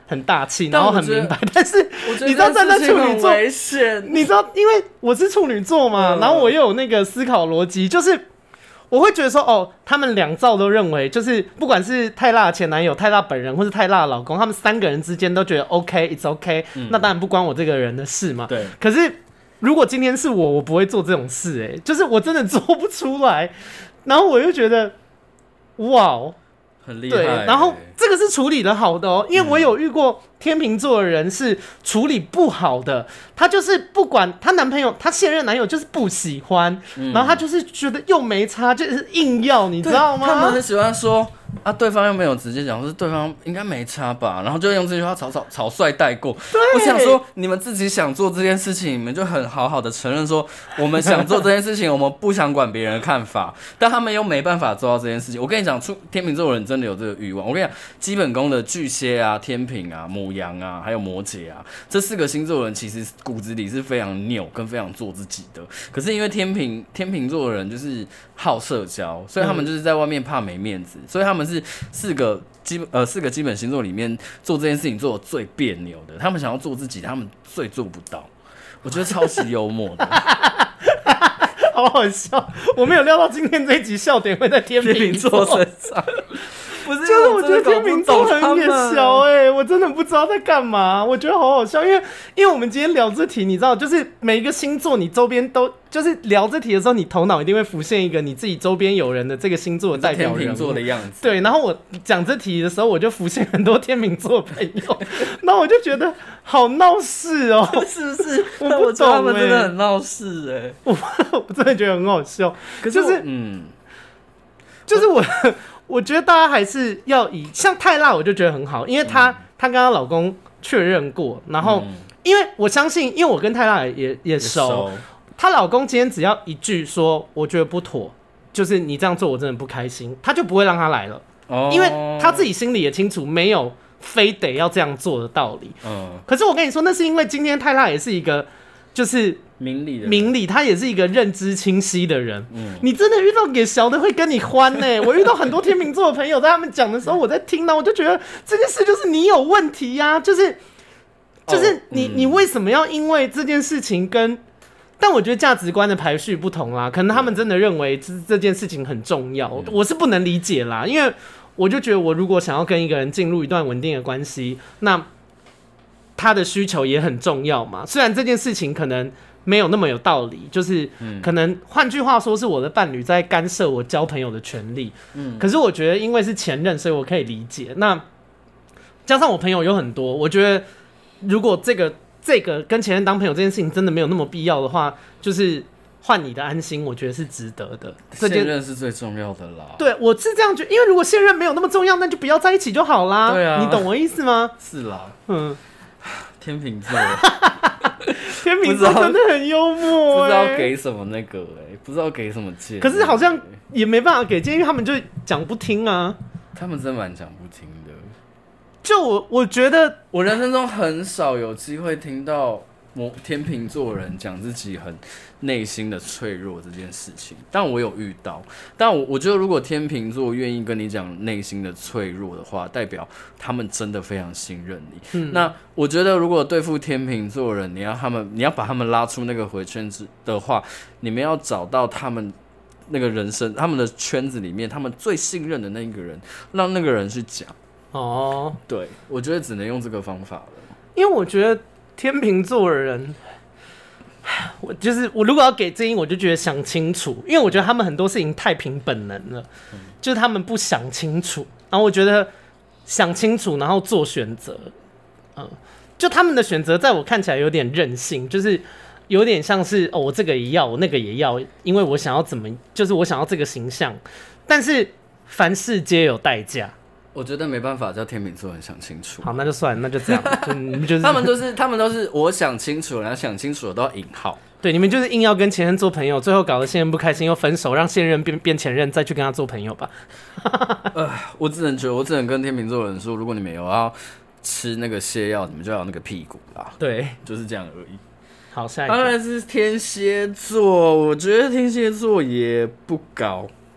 很大气，然后很明白。但是你知道站在处女座，你知道，因为我是处女座嘛，然后我又有那个思考逻辑，就是我会觉得说，哦，他们两造都认为，就是不管是泰辣的前男友、泰辣本人，或是泰辣的老公，他们3个人之间都觉得 OK，it's OK，那当然不关我这个人的事嘛。 对。 可是如果今天是我不会做这种事，就是我真的做不出来。然后我又觉得，哇， 很厉害。 对，然后这个是处理的好的哦，因为我有遇过天秤座的人是处理不好的，她就是不管她男朋友，她现任男友就是不喜欢，然后她就是觉得又没差，就是硬要，你知道吗？ 他们很喜欢说啊，对方又没有直接讲，或是对方应该没差吧，然后就用这句话草率带过。我想说，你们自己想做这件事情，你们就很好好的承认说，我们想做这件事情，我们不想管别人的看法，但他们又没办法做到这件事情。我跟你讲，天秤座的人真的有这个欲望。我跟你讲，基本宫的巨蟹啊、天秤啊、牡羊啊，还有摩羯啊，这4个星座的人其实骨子里是非常拗跟非常做自己的。可是因为天秤座的人就是好社交，所以他们就是在外面怕没面子，所以他们是4个基本星座里面做这件事情做的最别扭的。他们想要做自己，他们最做不到。我觉得超级幽默的。 好好笑！我没有料到今天这一集笑点会在天秤座身上。不是，就是我觉得天秤座很野小我真的不知道在干嘛。我觉得好好笑，因为我们今天聊这题，你知道，就是每一个星座你周边都就是聊这题的时候，你头脑一定会浮现一个你自己周边有人的这个星座的代表人物， 天秤座的样子。 对，然后我讲这题的时候，我就浮现很多天秤座朋友，然后我就觉得好闹事哦， 是不是？ 我不懂他们真的很闹事我真的觉得很好笑。可是就是我觉得大家还是要像泰辣，我就觉得很好，因为她跟她老公确认过，然后因为我相信，因为我跟泰辣也熟，她老公今天只要一句说我觉得不妥，就是你这样做我真的不开心，他就不会让他来了，因为他自己心里也清楚没有非得要这样做的道理。可是我跟你说，那是因为今天泰辣也是一个就是明理，他也是一个认知清晰的人。你真的遇到给小的会跟你欢呢。我遇到很多天秤座的朋友，在他们讲的时候，我在听到，我就觉得这件事就是你有问题呀，就是你为什么要因为这件事情跟？但我觉得价值观的排序不同啦，可能他们真的认为这件事情很重要，我是不能理解啦，因为我就觉得我如果想要跟一个人进入一段稳定的关系，那他的需求也很重要嘛。虽然这件事情可能没有那么有道理，就是可能换句话说是我的伴侣在干涉我交朋友的权利。可是我觉得因为是前任，所以我可以理解。那加上我朋友有很多，我觉得如果这个跟前任当朋友这件事情真的没有那么必要的话，就是换你的安心，我觉得是值得的。 现任是最重要的啦。 对，我是这样觉得，因为如果现任没有那么重要，那就不要在一起就好啦。 对啊， 你懂我意思吗？ 是啦，天秤座， 天秤座真的很幽默， 不知道给什么那个不知道给什么建议， 可是好像也没办法给建议，因为他们就讲不听啊。 他们真蛮讲不听的。 就我觉得， 我人生中很少有机会听到天秤座人讲自己很内心的脆弱这件事情，但我有遇到。但我觉得，如果天秤座愿意跟你讲内心的脆弱的话，代表他们真的非常信任你。那我觉得，如果对付天秤座人，你要把他们拉出那个回圈子的话，你们要找到他们那个人生、他们的圈子里面，他们最信任的那一个人，让那个人去讲。对，我觉得只能用这个方法了。 因为我觉得天秤座的人，我如果要给建议，我就觉得想清楚，因为我觉得他们很多事情太凭本能了，就是他们不想清楚。然后我觉得想清楚，然后做选择，就他们的选择在我看起来有点任性，就是有点像是我这个也要，我那个也要，因为我想要就是我想要这个形象，但是凡事皆有代价。 我觉得没办法叫天秤座人想清楚。 好，那就算了，那就这样。 他们都是我想清楚了，然后想清楚了都要引号。 对，你们就是硬要跟前任做朋友，最后搞得现任不开心，又分手，让现任变前任，再去跟他做朋友吧。 我只能跟天秤座人说，如果你们有要吃那个泻药，你们就要有那个屁股啦。 对， 就是这样而已。 好，下一个当然是天蝎座，我觉得天蝎座也不高。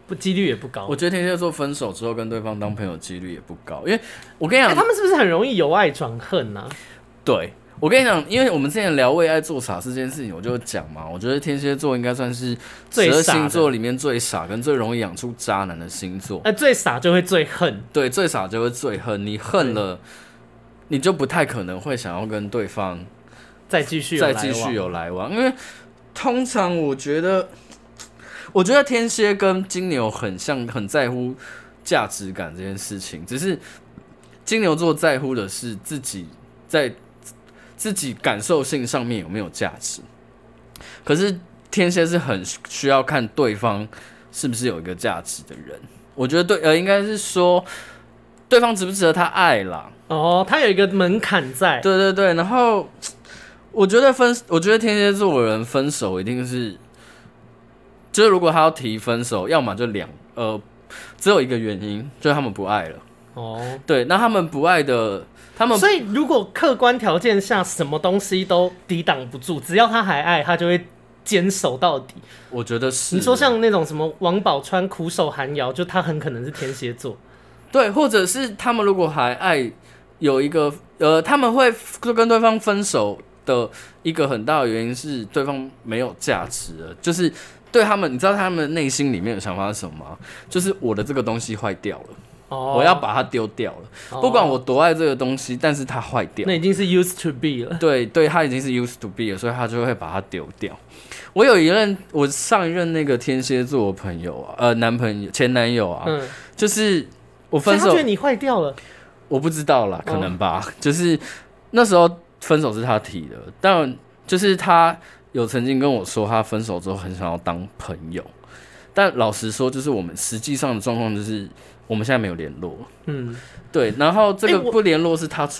几率也不高。 我觉得天蝎座分手之后跟对方当朋友几率也不高，因为我跟你讲， 他们是不是很容易由爱转恨啊？ 对。我跟你讲，因为我们之前聊为爱做傻事这件事情，我就讲嘛，我觉得天蝎座应该算是12星座里面最傻跟最容易养出渣男的星座。 最傻就会最恨， 对，最傻就会最恨。你恨了，你就不太可能会想要跟对方再继续有来往， 因为通常我觉得天蝎跟金牛很像，很在乎价值感这件事情，只是金牛座在乎的是自己在自己感受性上面有没有价值，可是天蝎是很需要看对方是不是有一个价值的人。我觉得应该是说对方值不值得他爱啦。 他有一个门槛在。对对对，然后我觉得天蝎座的人分手一定是，就是如果他要提分手，要么就只有一个原因，就是他们不爱了。对，那他们不爱的。 所以，如果客观条件下什么东西都抵挡不住，只要他还爱，他就会坚守到底。 我觉得是。 你说像那种什么王宝钏苦守寒窑，就他很可能是天蝎座。 对，或者是他们如果还爱，有一个他们会跟对方分手的一个很大的原因是对方没有价值了，就是对他们，你知道他们内心里面的想法是什么吗？就是我的这个东西坏掉了。我要把它丢掉了，不管我多爱这个东西，但是它坏掉了， 那已经是 used to be 了。 对，它已经是 used to be 了，所以他就会把它丢掉。我上一任那个天蝎座的朋友啊，前男友啊，就是我分手， 所以他觉得你坏掉了， 我不知道啦，可能吧。就是那时候分手是他提的，但就是他有曾经跟我说，他分手之后很想要当朋友，但老实说，就是我们实际上的状况就是。我们现在没有联络，对，然后这个不联络是他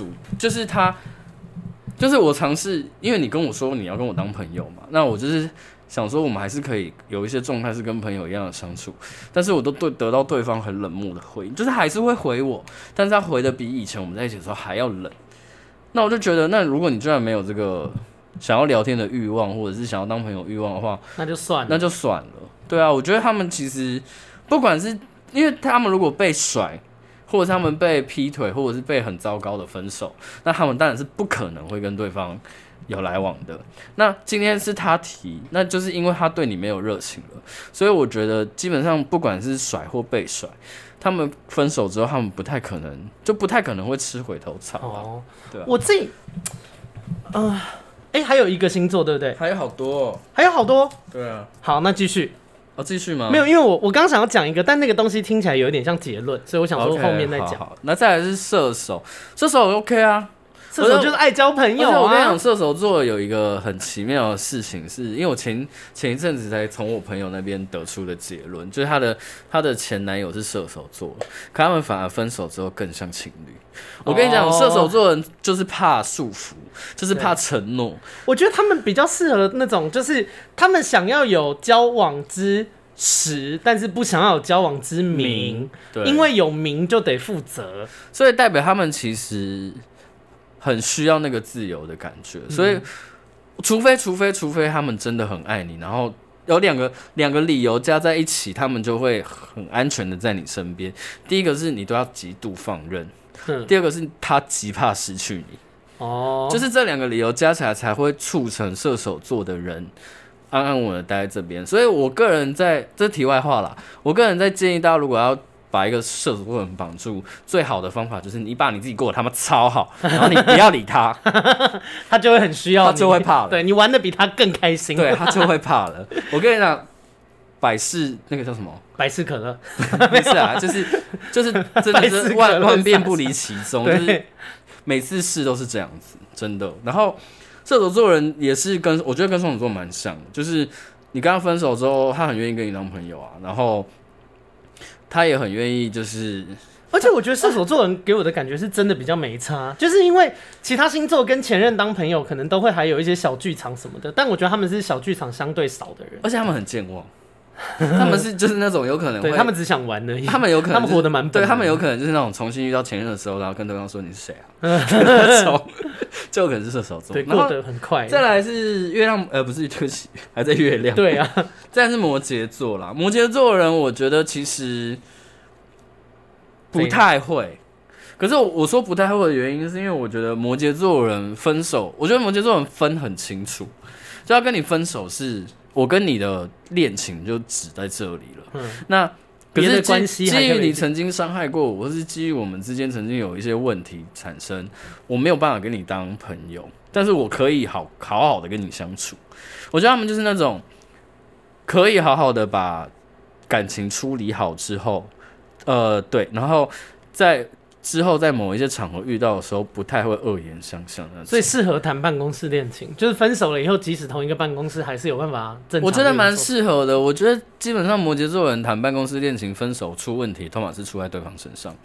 就是我尝试，因为你跟我说你要跟我当朋友嘛，那我就是想说我们还是可以有一些状态是跟朋友一样的相处，但是我都得到对方很冷漠的回应，就是还是会回我，但是他回的比以前我们在一起的时候还要冷，那我就觉得，那如果你居然没有这个想要聊天的欲望，或者是想要当朋友欲望的话， 那就算了， 对啊，我觉得他们其实不管是。因为他们如果被甩，或者是他们被劈腿，或者是被很糟糕的分手，那他们当然是不可能会跟对方有来往的。那今天是他提，那就是因为他对你没有热情了，所以我觉得基本上不管是甩或被甩，他们分手之后，他们不太可能会吃回头草啊。对啊， 我自己，还有一个星座对不对？ 还有好多，对啊。 好，那继续。 继续吗？ 没有，因为我刚想要讲一个，但那个东西听起来有点像结论，所以我想说后面再讲。 好，那再来是射手，OK 啊， 射手就是爱交朋友啊。 我跟你讲，射手座有一个很奇妙的事情是，因为我前一阵子才从我朋友那边得出的结论，就是他的前男友是射手座，可他们反而分手之后更像情侣。我跟你讲，射手座人就是怕束缚，就是怕承诺。 我觉得他们比较适合那种，就是他们想要有交往之实，但是不想要有交往之名，因为有名就得负责， 所以代表他们其实很需要那个自由的感觉。所以，除非他们真的很爱你，然后有两个理由加在一起，他们就会很安全的在你身边。第一个是你都要极度放任。第二个是他极怕失去你，就是这两个理由加起来才会促成射手座的人安安稳稳的待在这边。所以我个人这题外话啦，我个人在建议大家，如果要把一个射手座人绑住，最好的方法就是你把你自己过得他妈超好，然后你不要理他， 他就会很需要你， 他就会怕了。 对，你玩的比他更开心， 对，他就会怕了。我跟你讲。百事那个叫什么？ 百事可乐， 没事啊，就是真的是万变不离其宗，就是每次试都是这样子，真的。然后射手座人也是我觉得跟双子座蛮像的，就是你跟他分手之后，他很愿意跟你当朋友啊，然后他也很愿意就是。 而且我觉得射手座人给我的感觉是真的比较没差，就是因为其他星座跟前任当朋友，可能都会还有一些小剧场什么的，但我觉得他们是小剧场相对少的人， 而且他们很健忘。 他们是就是那种有可能会， 对他们只想玩而已， 他们有可能、 他们活得蛮对他们有可能就是那种重新遇到前任的时候，然后跟对方说你是谁啊，那种就有可能是射手座， 对，过得很快。 再来是月亮，不是对不起，还在月亮， 对啊， 再来是摩羯座啦，摩羯座的人我觉得其实不太会。可是我说不太会的原因，是因为我觉得摩羯座人分手，我觉得摩羯座人分很清楚，就要跟你分手是，我跟你的恋情就只在这里了。那可是基于你曾经伤害过我，或是基于我们之间曾经有一些问题产生，我没有办法跟你当朋友，但是我可以好好的跟你相处。我觉得他们就是那种可以好好的把感情处理好之后，对，然后之后在某一些场合遇到的时候，不太会恶言相向那种， 所以适合谈办公室恋情，就是分手了以后，即使同一个办公室，还是有办法正常。 我觉得蛮适合的。我觉得基本上摩羯座人谈办公室恋情分手出问题，通常是出在对方身上。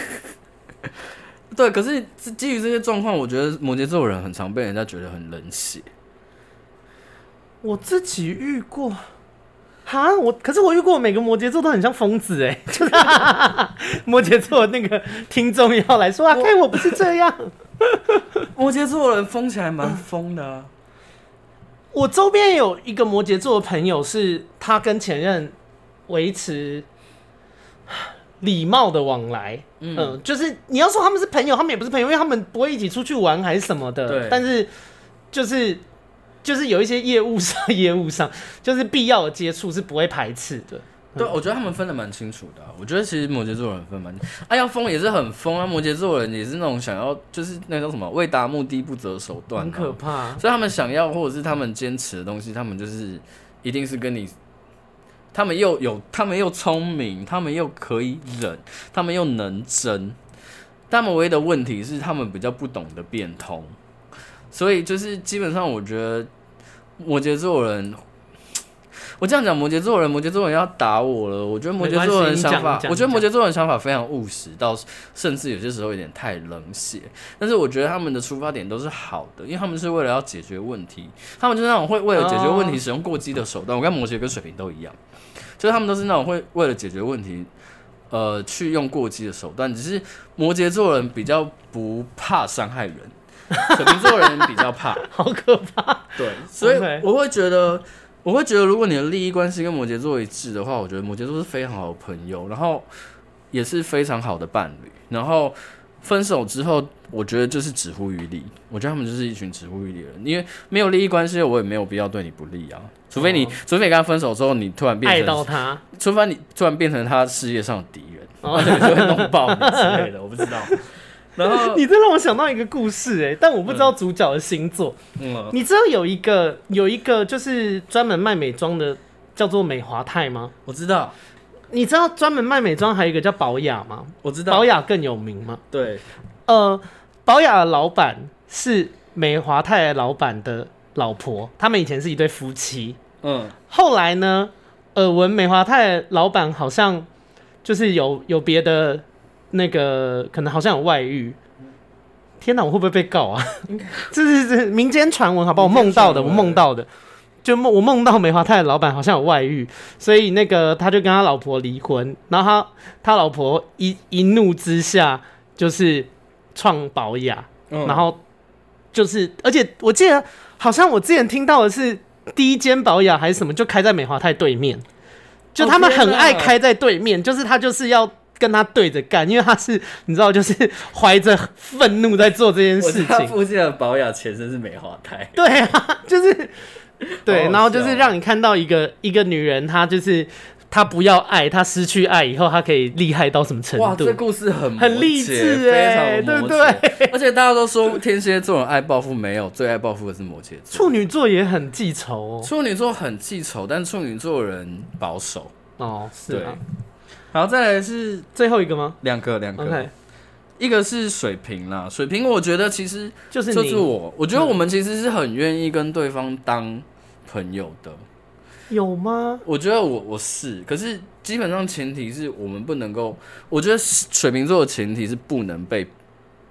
对，可是基于这些状况，我觉得摩羯座人很常被人家觉得很冷血。 我自己遇过。可是我遇过每个摩羯座都很像疯子哎，就是摩羯座那个听众要来说看我不是这样。 摩羯座人疯起来蛮疯的啊。 我周边有一个摩羯座的朋友，是他跟前任维持礼貌的往来，就是你要说他们是朋友，他们也不是朋友，因为他们不会一起出去玩还是什么的，但是就是有一些业务上，就是必要的接触是不会排斥的。 对，我觉得他们分得蛮清楚的我觉得其实摩羯座人分蛮，要疯也是很疯啊。摩羯座人也是那种想要，就是那叫什么，为达目的不择手段， 很可怕。 所以他们想要或者是他们坚持的东西，他们就是一定是跟你，他们又聪明，他们又可以忍，他们又能争。他们唯一的问题是他们比较不懂得变通。所以就是基本上，我觉得摩羯座人，我这样讲摩羯座人要打我了。我觉得摩羯座人想法，我觉得摩羯座人想法非常务实，到甚至有些时候有点太冷血。但是我觉得他们的出发点都是好的，因为他们是为了要解决问题，他们就是那种会为了解决问题使用过激的手段。我跟摩羯跟水瓶都一样，就是他们都是那种会为了解决问题，去用过激的手段。只是摩羯座人比较不怕伤害人。水瓶座人比较怕， 好可怕。 对，所以我会觉得，如果你的利益关系跟摩羯座一致的话，我觉得摩羯座是非常好的朋友，然后也是非常好的伴侣。然后分手之后，我觉得就是止乎于利。我觉得他们就是一群止乎于利的人，因为没有利益关系，我也没有必要对你不利啊。除非你跟他分手之后，你突然变成爱到他， 除非你突然变成他事业上的敌人，那就会弄爆你之类的，我不知道。然后你这让我想到一个故事但我不知道主角的星座。你知道有一个就是专门卖美妆的，叫做美华泰吗？ 我知道。 你知道专门卖美妆还有一个叫宝雅吗？ 我知道。 宝雅更有名吗？ 对。 宝雅的老板是美华泰的老板的老婆，他们以前是一对夫妻。后来呢，耳闻美华泰的老板好像就是有别的。那个可能好像有外遇，天哪，我会不会被告啊？这是民间传闻，好不好？我梦到的，就我梦到美华泰的老板好像有外遇，所以那个他就跟他老婆离婚，然后他老婆一怒之下就是创宝雅，然后就是而且我记得好像我之前听到的是第一间宝雅还是什么，就开在美华泰对面，就他们很爱开在对面，就是他就是要。跟他对着干，因为他是你知道，就是怀着愤怒在做这件事情。 他附近的宝雅前身是美华泰。 对啊，就是对，然后就是让你看到一个女人，她就是她不要爱，她失去爱以后，她可以厉害到什么程度？哇， 这故事很励志非常对不对？ 而且大家都说天蝎座人爱报复，没有，最爱报复的是摩羯座。 处女座也很记仇处女座很记仇，但处女座人保守。 是啊。 好，再来是最后一个吗？ 两个， okay. 一个是水瓶啦，水瓶我觉得其实就是我觉得我们其实是很愿意跟对方当朋友的。 有吗？ 我觉得我是，可是基本上前提是我们不能够，我觉得水瓶座的前提是不能被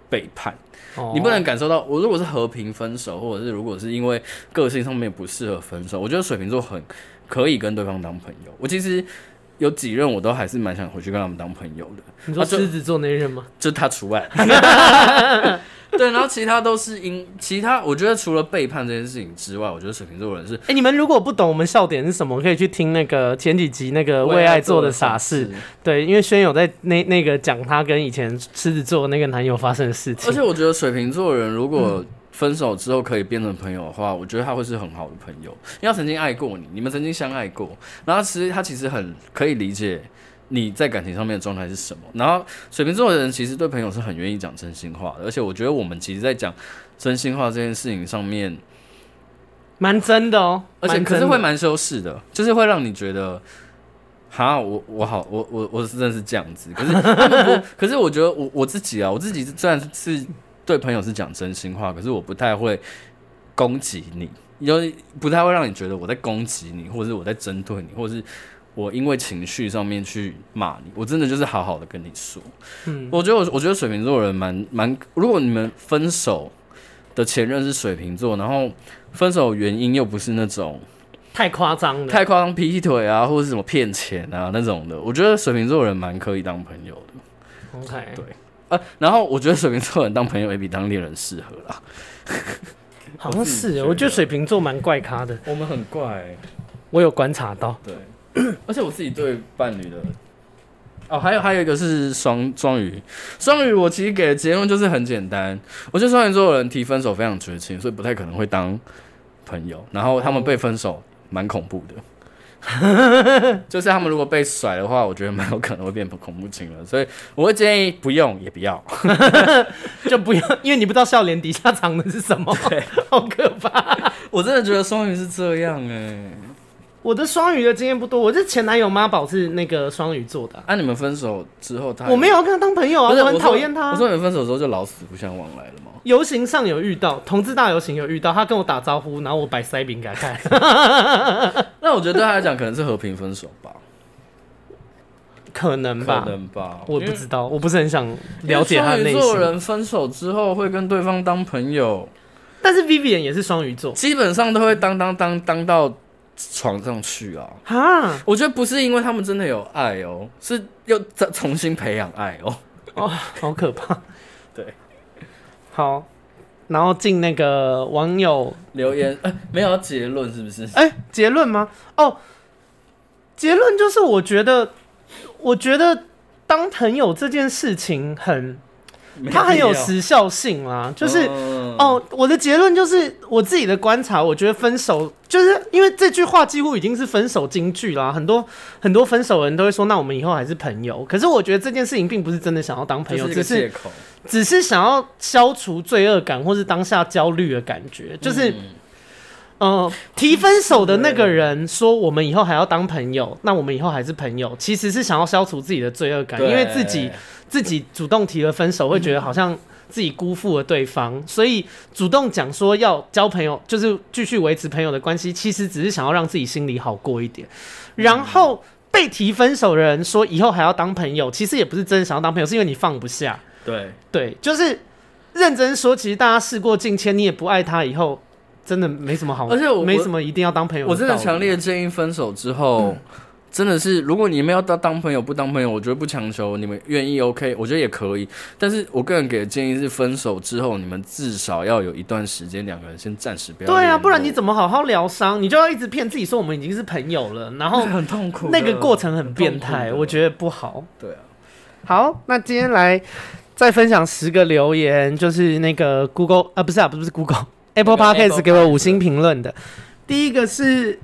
背叛。你不能感受到，我如果是和平分手，或者是如果是因为个性上面不适合分手，我觉得水瓶座很可以跟对方当朋友。我其实有几任我都还是蛮想回去跟他们当朋友的。 你说狮子座那任吗？ 就他除外。对，然后其他都是其他我觉得除了背叛这件事情之外，我觉得水瓶座人是， 你们如果不懂我们笑点是什么，可以去听那个前几集那个为爱做的傻事。对，因为轩有在那个讲他跟以前狮子座那个男友发生的事情。 而且我觉得水瓶座人如果分手之后可以变成朋友的话，我觉得他会是很好的朋友，因为他曾经爱过你，你们曾经相爱过，然后他其实很可以理解你在感情上面的状态是什么。然后水瓶座的人其实对朋友是很愿意讲真心话的，而且我觉得我们其实在讲真心话这件事情上面蛮真的哦， 而且可是会蛮修饰的，就是会让你觉得哈，我真的是这样子。可是可是我觉得我自己虽然是对朋友是讲真心话，可是我不太会攻击你，不太会让你觉得我在攻击你，或者是我在针对你，或者是我因为情绪上面去骂你，我真的就是好好的跟你说。我觉得水瓶座人蛮，如果你们分手的前任是水瓶座，然后分手原因又不是那种太夸张劈腿啊，或者是什么骗钱啊那种的，我觉得水瓶座人蛮可以当朋友的。 OK， 对，然后我觉得水瓶座人当朋友也比当恋人适合啦。 好像是，我觉得水瓶座蛮怪咖的。 我们很怪， 我有观察到。 对。而且我自己对伴侣的，还有一个是双鱼，我其实给的结论就是很简单，我觉得双鱼座的人提分手非常绝情，所以不太可能会当朋友，然后他们被分手蛮恐怖的，就是他们如果被甩的话，我觉得蛮有可能会变恐怖情人，所以我会建议不用也不要， 就不要，因为你不知道笑脸底下藏的是什么，对，好可怕。 我真的觉得双鱼是这样我的双鱼的经验不多，我是前男友妈宝是那个双鱼座的。 你们分手之后我没有要跟他当朋友啊，我很讨厌他。 我说你们分手之后就老死不相往来了吗？ 游行上有遇到，同志大游行有遇到，他跟我打招呼，然后我摆塞饼给他看。 那我觉得对他来讲可能是和平分手吧， 可能吧，我不知道，我不是很想了解他的内心。 双鱼座人分手之后会跟对方当朋友， 但是 Vivian 也是双鱼座， 基本上都会当到床上去啊！ 哈， 我觉得不是因为他们真的有爱哦，是又再重新培养爱哦。 好可怕。 对， 好，然后进那个网友留言，没有结论是不是？ 结论吗？结论就是我觉得当朋友这件事情它很有时效性啦，就是我的结论就是我自己的观察，我觉得分手就是因为这句话几乎已经是分手金句啦，很多分手人都会说，那我们以后还是朋友。可是我觉得这件事情并不是真的想要当朋友，只是想要消除罪恶感或是当下焦虑的感觉，就是提分手的那个人说我们以后还要当朋友，那我们以后还是朋友，其实是想要消除自己的罪恶感，因为自己主动提了分手，会觉得好像自己辜负了对方，所以主动讲说要交朋友，就是继续维持朋友的关系，其实只是想要让自己心里好过一点。然后被提分手的人说以后还要当朋友，其实也不是真的想要当朋友，是因为你放不下。对，就是认真说，其实大家事过境迁，你也不爱他，以后真的没什么好， 而且没什么一定要当朋友的道理。 我真的强烈建议分手之后。真的是，如果你们要当朋友不当朋友，我觉得不强求，你们愿意 OK， 我觉得也可以。但是我个人给的建议是，分手之后你们至少要有一段时间，两个人先暂时不要联络。 对啊，不然你怎么好好疗伤？你就要一直骗自己说我们已经是朋友了，然后很痛苦， 那个过程很变态，我觉得不好。 对啊， 好，那今天来再分享10个留言，就是那个 Google 不是 Google，Apple Podcast 给我5星评论的。第一个是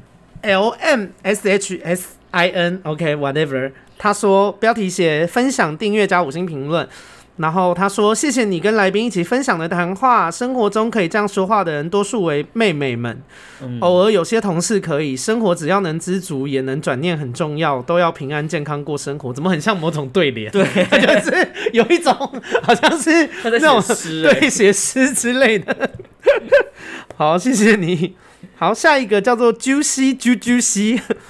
LMSHSIN，OK whatever， 他说标题写分享、订阅加5星评论。然后他说：“谢谢你跟来宾一起分享的谈话，生活中可以这样说话的人，多数为妹妹们。偶尔有些同事可以，生活只要能知足，也能转念很重要，都要平安健康过生活。”怎么很像某种对联？ 对， 就是有一种好像是那种对写诗之类的。好，谢谢你。好，下一个叫做 Juicy。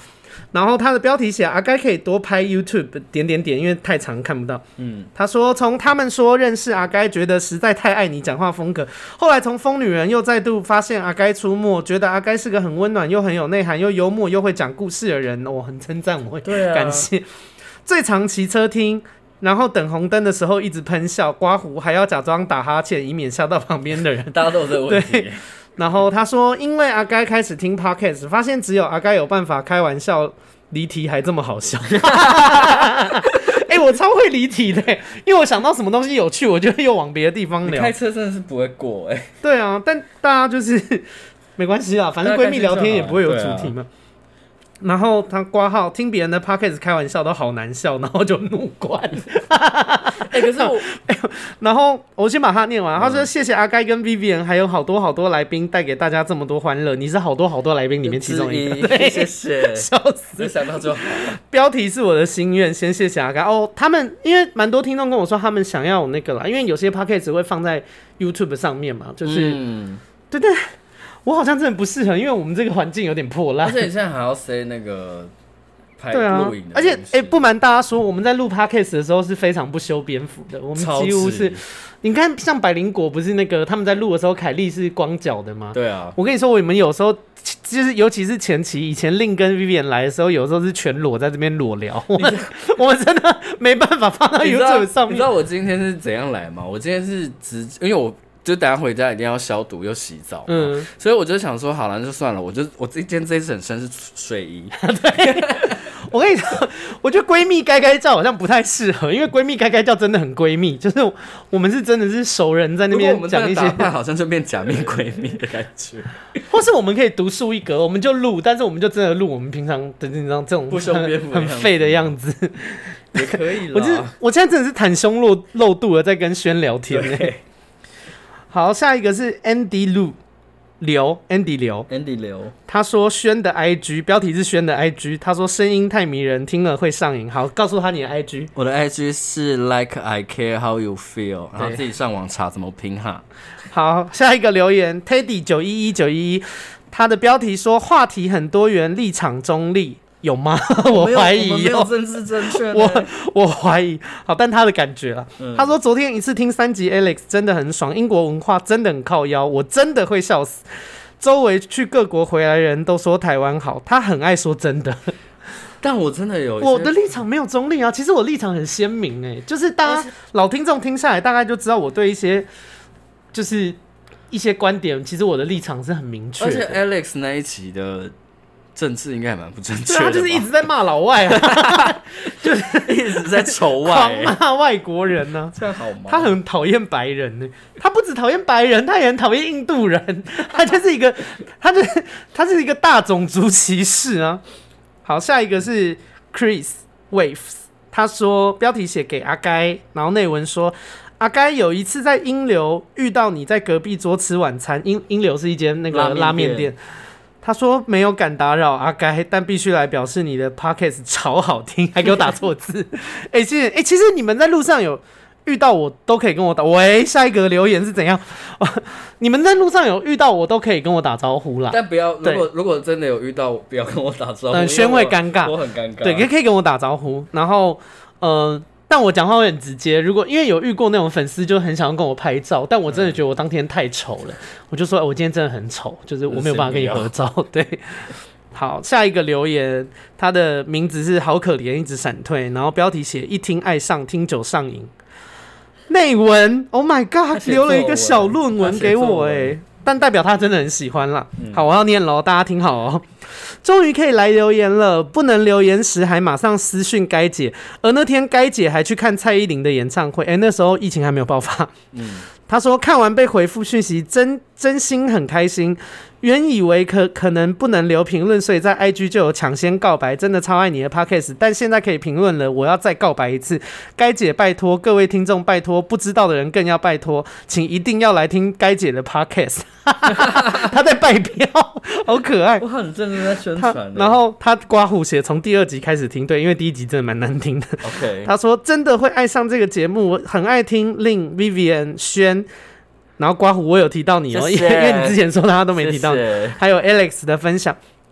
然后他的标题写阿该可以多拍 YouTube 点，因为太长看不到。他说从他们说认识阿该，觉得实在太爱你讲话风格，后来从疯女人又再度发现阿该出没，觉得阿该是个很温暖又很有内涵又幽默又会讲故事的人，我很称赞，我会感谢。最常骑车听，然后等红灯的时候一直喷笑刮胡，还要假装打哈欠以免吓到旁边的人。 大家都有这个问题。 然后他说，因为阿该开始听 Podcast， 发现只有阿该有办法开玩笑离题还这么好笑。我超会离题的，因为我想到什么东西有趣，我就又往别的地方聊。 你开车真的是不会过对啊，但大家就是没关系啦，反正闺蜜聊天也不会有主题嘛。然后他挂号听别人的 podcast 开玩笑都好难笑，然后就怒关。 可是我， 然后我先把它念完。他说：“谢谢阿该跟 Vivian， 还有好多来宾带给大家这么多欢乐。你是好多来宾里面其中一个，对， 谢谢， 笑死， 没想到就好。 标题是我的心愿，先谢谢阿该哦。他们因为蛮多听众跟我说，他们想要有那个啦，因为有些 podcast 会放在 YouTube 上面嘛，就是，对。”我好像真的不适合，因为我们这个环境有点破烂。 而且你现在还要塞那个拍录影的， 而且不瞒大家说，我们在录 podcast 的时候是非常不修边幅的，我们几乎是，你看像百灵果不是那个他们在录的时候，凯莉是光脚的吗？ 对啊， 我跟你说，我们有时候就是尤其是前期，以前令跟 Vivian 来的时候，有时候是全裸在这边裸聊，我们真的没办法放到 YouTube 上面。 你知道我今天是怎样来吗？我今天是因为我。就等下回家一定要消毒又洗澡，所以我就想说，好了，就算了，我今天这一整身是睡衣。 对，我跟你说，我觉得闺蜜该照好像不太适合，因为闺蜜该照真的很闺蜜，就是我们是真的是熟人在那边讲一些， 好像就变假面闺蜜的感觉。 或是我们可以独树一格，我们就录，但是我们就真的录我们平常的这种不修边幅很废的样子， 也可以啦。 我现在真的是袒胸露肚的在跟轩聊天好，下一个是 Andy 刘，他说轩的 IG 标题是轩的 IG， 他说声音太迷人，听了会上瘾。好，告诉他你的 IG， 我的 IG 是 Like I Care How You Feel， 然后自己上网查怎么拼哈。 好，下一个留言 Teddy 911，他的标题说话题很多元，立场中立。有吗？我怀疑没有政治正确。 我怀疑。好，但他的感觉啦。他说昨天一次听3集 Alex 真的很爽，英国文化真的很靠腰，我真的会笑死。周围去各国回来的人都说台湾好，他很爱说真的。 但我真的有我的立场没有中立啊，其实我立场很鲜明就是大家老听众听下来，大概就知道我对一些就是一些观点，其实我的立场是很明确的。 而且 Alex 那一期的。政治应该也蛮不正确的吧， 他就是一直在骂老外就是一直在仇外， 狂骂外国人呢这样好吗？ 他很讨厌白人呢，他不只讨厌白人，他也很讨厌印度人，他是一个大种族歧视啊。好，下一个是 Chris Waves， 他说标题写给阿该，然后内文说。阿该有一次在英流遇到你在隔壁桌吃晚餐，英流是一间那个拉面店。他说没有敢打扰阿该，但必须来表示你的 podcast 超好听，还给我打错字。其实你们在路上有遇到我都可以跟我打。喂，下一个留言是怎样？你们在路上有遇到我都可以跟我打招呼啦， 但不要如果真的有遇到，不要跟我打招呼， 轩会尴尬， 我很尴尬。 对，可以跟我打招呼，然后但我讲话会很直接，因为有遇过那种粉丝就很想要跟我拍照，但我真的觉得我当天太丑了，我就说我今天真的很丑，就是我没有办法跟你合照。对，好，下一个留言，他的名字是好可怜，一直闪退，然后标题写一听爱上，听久上瘾。内文 ，Oh my God， 留了一个小论文给我但代表他真的很喜欢啦。好，我要念咯，大家听好哦。终于可以来留言了，不能留言时还马上私讯该姐，而那天该姐还去看蔡依林的演唱会，那时候疫情还没有爆发。他说看完被回复讯息，真心很开心。原以为可能不能留评论，所以在 IG 就有抢先告白，真的超爱你的 Podcast， 但现在可以评论了，我要再告白一次。该姐拜托，各位听众拜托，不知道的人更要拜托，请一定要来听该姐的 Podcast。他在拜票，好可爱。 我很认真在宣传。 然后他刮胡写从第2集开始听，对，因为第1集真的蛮难听的。 OK， 他说真的会爱上这个节目，我很爱听令 Vivian 轩。然后刮胡我有提到你谢谢， 因为你之前说他都没提到你。 谢谢， 还有 Alex 的分享，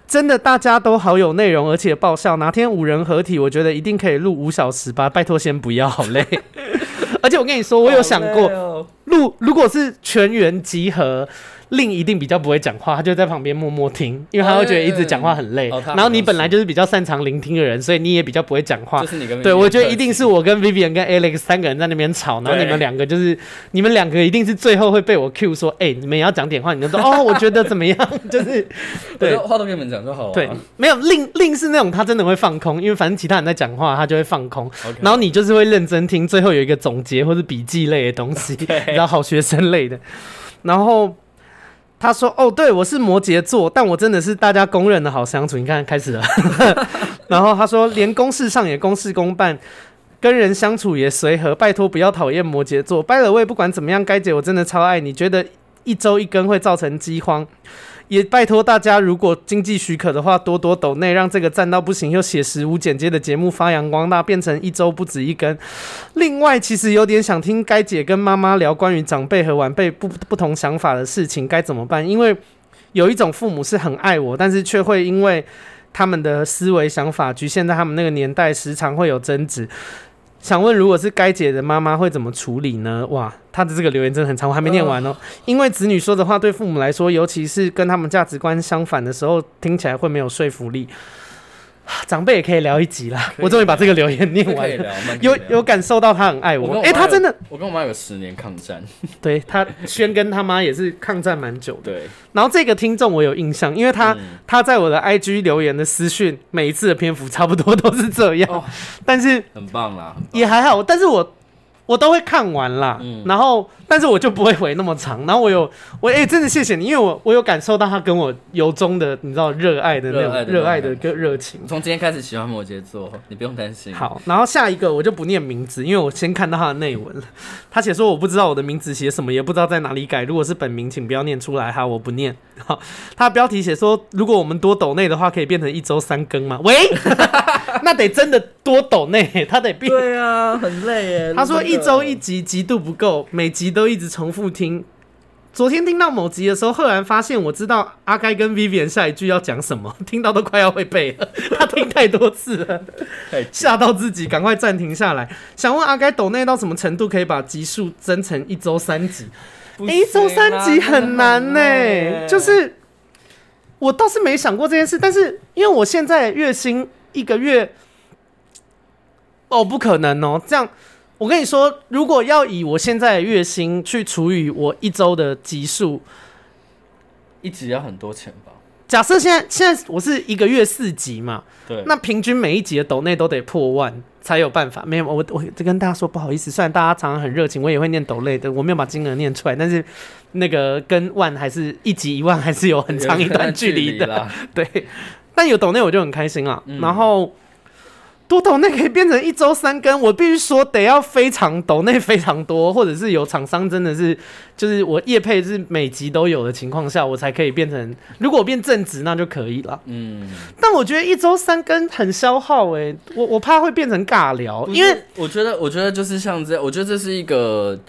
真的大家都好有内容，而且爆笑。哪天5人合体，我觉得一定可以录5小时吧。拜托先不要，好累。而且我跟你说，我有想过录，如果是全员集合。令一定比较不会讲话，他就在旁边默默听，因为他会觉得一直讲话很累。然后你本来就是比较擅长聆听的人，所以你也比较不会讲话。 就是你跟对，我觉得一定是我跟 Vivian 跟 Alex 3个人在那边吵，然后你们两个一定是最后会被我 cue 说，你们也要讲点话，你就说哦，我觉得怎么样，就是对，话都跟你们讲就好了。 对，没有令是那种他真的会放空，因为反正其他人在讲话，他就会放空。然后你就是会认真听，最后有一个总结或是笔记类的东西，然后好学生类的，然后。他说：“哦，对，我是摩羯座，但我真的是大家公认的好相处。你看，开始了。然后他说，连公事上也公事公办，跟人相处也随和。拜托不要讨厌摩羯座。By the way，不管怎么样，该姐我真的超爱你。觉得1周1更会造成饥荒，也拜托大家，如果经济许可的话，多多抖内，让这个赞到不行又写实无剪接的节目发扬光大，变成1周不止1更。另外，其实有点想听该姐跟妈妈聊关于长辈和晚辈不同想法的事情，该怎么办？因为有一种父母是很爱我，但是却会因为他们的思维想法局限在他们那个年代，时常会有争执。想问，如果是该姐的妈妈会怎么处理呢？哇，他的这个留言真的很长，我还没念完哦。因为子女说的话对父母来说，尤其是跟他们价值观相反的时候，听起来会没有说服力。长辈也可以聊一集啦，我终于把这个留言念完了，有感受到他很爱我。他真的， 我跟我妈有10年抗战， 对他轩跟他妈也是抗战蛮久的。 对， 然后这个听众我有印象，因为他在我的 IG 留言的私讯，每一次的篇幅差不多都是这样，但是很棒啦， 也还好，但是我都会看完啦，然后但是我就不会回那么长。然后我真的谢谢你，因为我有感受到他跟我由衷的你知道热爱的那种热爱的热情。 从今天开始喜欢摩羯座，你不用担心。 好，然后下一个我就不念名字，因为我先看到他的内文了。他写说我不知道我的名字写什么，也不知道在哪里改。如果是本名，请不要念出来哈，我不念。好，他的标题写说如果我们多抖内的话，可以变成1周3更吗？喂，那得真的多抖内，他得变。 对啊，很累耶。 他说1周1集极度不够，每集都一直重复听。昨天听到某集的时候，赫然发现我知道阿该跟 Vivian 下一句要讲什么，听到都快要会背了。他听太多次了，吓到自己，赶快暂停下来。想问阿该抖内到什么程度可以把集数增成1周3集？1周3集很难呢，就是我倒是没想过这件事，但是因为我现在月薪1个月，不可能哦，这样。我跟你说，如果要以我现在的月薪去除以我1周的集数， 一集要很多钱吧？ 假设现在我是1个月4集嘛， 对， 那平均每一集的抖内都得破万才有办法。没有，我就跟大家说不好意思，虽然大家常常很热情，我也会念抖内的，我没有把金额念出来，但是那个跟万还是1集1万还是有很长一段距离的，对。但有抖内我就很开心啦，然后。多抖内可以变成1周3更，我必须说得要非常抖内非常多，或者是有厂商真的是就是我业配是每集都有的情况下，我才可以变成。如果我变正职那就可以了。但我觉得1周3更很消耗我怕会变成尬聊，因为我觉得就是像这样，我觉得这是一个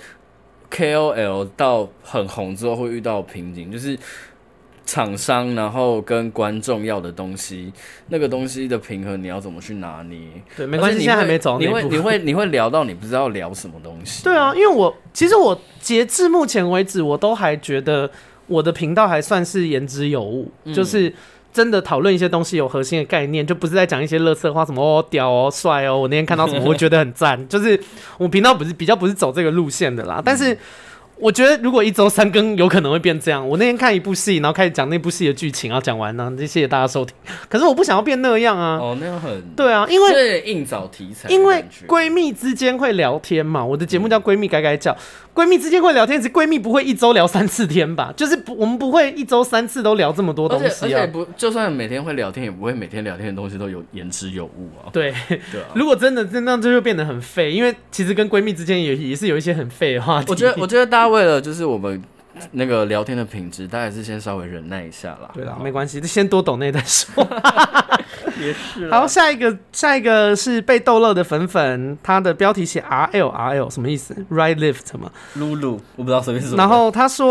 KOL 到很红之后会遇到的瓶颈，就是。厂商，然后跟观众要的东西，那个东西的平衡你要怎么去拿捏？ 对，没关系，现在还没走到那一步。 你会聊到你不知道聊什么东西。 对啊，因为其实我截至目前为止，我都还觉得我的频道还算是言之有物，就是真的讨论一些东西有核心的概念，就不是在讲一些垃圾话，什么屌哦、帅哦，我那天看到什么我会觉得很赞，就是我频道比较不是走这个路线的啦，但是。我觉得如果1周3更有可能会变这样。我那天看一部戏，然后开始讲那部戏的剧情，然后讲完了，谢谢大家收听。可是我不想要变那样啊。 那样很对啊，因为硬找题材， 因为闺蜜之间会聊天嘛。我的节目叫闺蜜改改叫，闺蜜之间会聊天，只闺蜜不会1周聊3次天吧？就是我们不会1周3次都聊这么多东西啊。 而且就算每天会聊天，也不会每天聊天的东西都有言之有物啊。 对啊，如果真的这样，就变得很废。因为其实跟闺蜜之间也是有一些很废的话题。 我觉得大家为了就是我们那个聊天的品质，大家还是先稍微忍耐一下啦。 对啦，没关系，先多抖内再说。 也是。 好，下一个是被逗乐的粉粉，他的标题写 RL 什么意思 ？Right lift 吗？ 露露，我不知道什么意思。 然后他说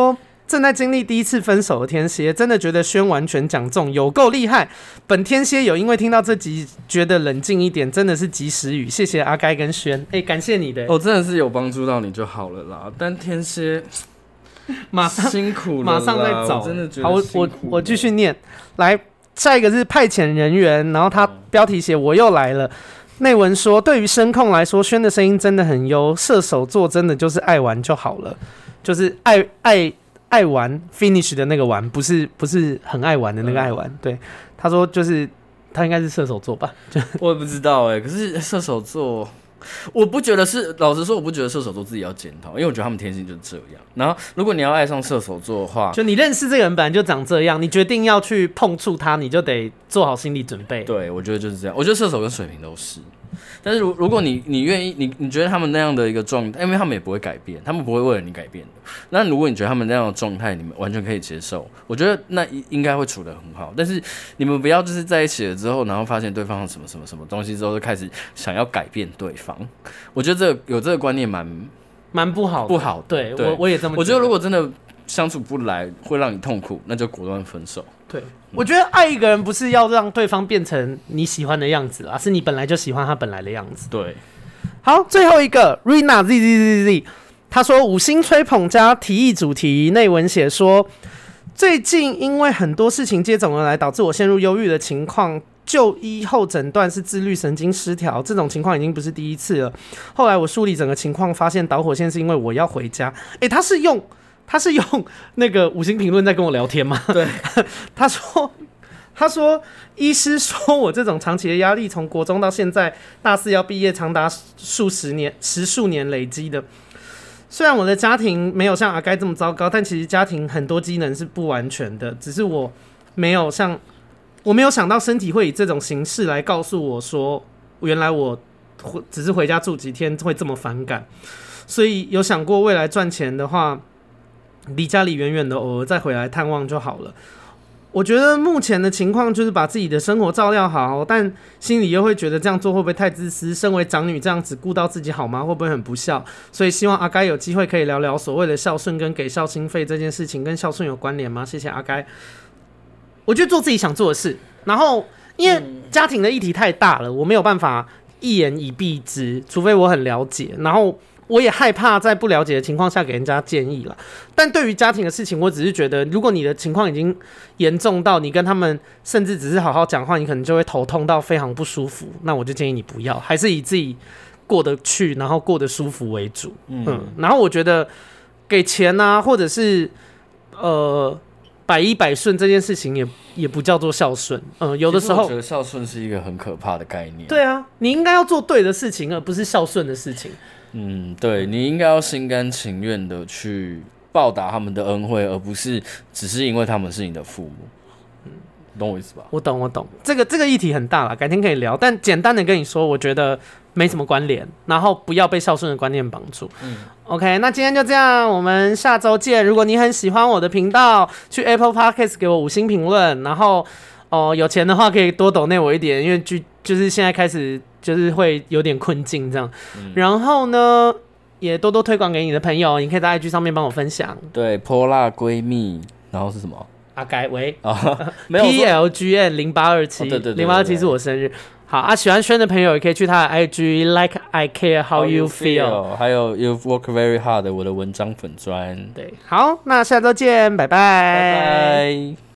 正在经历第一次分手的天蝎，真的觉得轩完全讲中，有够厉害。本天蝎有因为听到这集觉得冷静一点，真的是及时雨，谢谢阿该跟轩，感谢你的， 我真的是有帮助到你就好了啦。但天蝎马上辛苦了， 马上在找， 我真的觉得好，我继续念，来，下一个是派遣人员，然后他标题写我又来了。内文说，对于声控来说，轩的声音真的很优，射手座真的就是爱玩就好了，就是爱玩 finish 的那个玩，不是很爱玩的那个爱玩。对，他说就是他应该是射手座吧？ 我也不知道可是射手座，我不觉得是，老实说，我不觉得射手座自己要检讨，因为我觉得他们天性就是这样。然后，如果你要爱上射手座的话， 就你认识这个人本来就长这样，你决定要去碰触他，你就得做好心理准备。 对，我觉得就是这样。我觉得射手跟水瓶都是。但是如果你愿意，你觉得他们那样的一个状态，因为他们也不会改变，他们不会为了你改变的。那如果你觉得他们那样的状态，你们完全可以接受，我觉得那应该会处得很好。但是你们不要就是在一起了之后，然后发现对方什么东西之后，就开始想要改变对方。我觉得有这个观念蛮不好的，不好的。 对，我也这么觉得。 我觉得如果真的相处不来，会让你痛苦，那就果断分手。 对，我觉得爱一个人不是要让对方变成你喜欢的样子啦，是你本来就喜欢他本来的样子。 对， 好，最后一个 Rina ZZZZ， 他说五星吹捧加提议主题，内文写说，最近因为很多事情接踵而来，导致我陷入忧郁的情况。就医后诊断是自律神经失调，这种情况已经不是第一次了。后来我梳理整个情况，发现导火线是因为我要回家。他是用那个5星评论在跟我聊天吗？ 对， 他说医师说我这种长期的压力，从国中到现在大4要毕业，长达十数年累积的。虽然我的家庭没有像阿该这么糟糕，但其实家庭很多机能是不完全的，只是我没有想到身体会以这种形式来告诉我说，原来我只是回家住几天会这么反感，所以有想过未来赚钱的话，离家里远远的，偶尔再回来探望就好了。我觉得目前的情况就是把自己的生活照料好，但心里又会觉得这样做会不会太自私？身为长女这样只顾到自己好吗？会不会很不孝？所以希望阿该有机会可以聊聊所谓的孝顺跟给孝心费这件事情跟孝顺有关联吗？谢谢阿该。我觉得做自己想做的事，然后因为家庭的议题太大了，我没有办法一言以蔽之，除非我很了解，然后我也害怕在不了解的情况下给人家建议了。但对于家庭的事情，我只是觉得，如果你的情况已经严重到你跟他们甚至只是好好讲话，你可能就会头痛到非常不舒服，那我就建议你不要，还是以自己过得去，然后过得舒服为主。然后我觉得给钱啊，或者是百依百顺这件事情也不叫做孝顺。有的时候我觉得孝顺是一个很可怕的概念。 对啊，你应该要做对的事情，而不是孝顺的事情。 对，你应该要心甘情愿的去报答他们的恩惠，而不是只是因为他们是你的父母。懂我意思吧？ 我懂，这个议题很大啦，改天可以聊。但简单的跟你说，我觉得没什么关联，然后不要被孝顺的观念绑住。OK， 那今天就这样，我们下周见。如果你很喜欢我的频道，去 Apple Podcast 给我5星评论，然后有钱的话可以多抖内我一点，因为就是现在开始就是会有点困境这样。然后呢，也多多推广给你的朋友，你可以在 IG 上面帮我分享。 对，泼辣闺蜜，然后是什么？ 阿该喂没有 PLGN 0827， 对 0827是我生日。好喜欢轩的朋友也可以去他的 IG Like I Care How You Feel， 还有 You've Worked Very Hard 我的文章粉专。 对，好，那下周见，拜拜。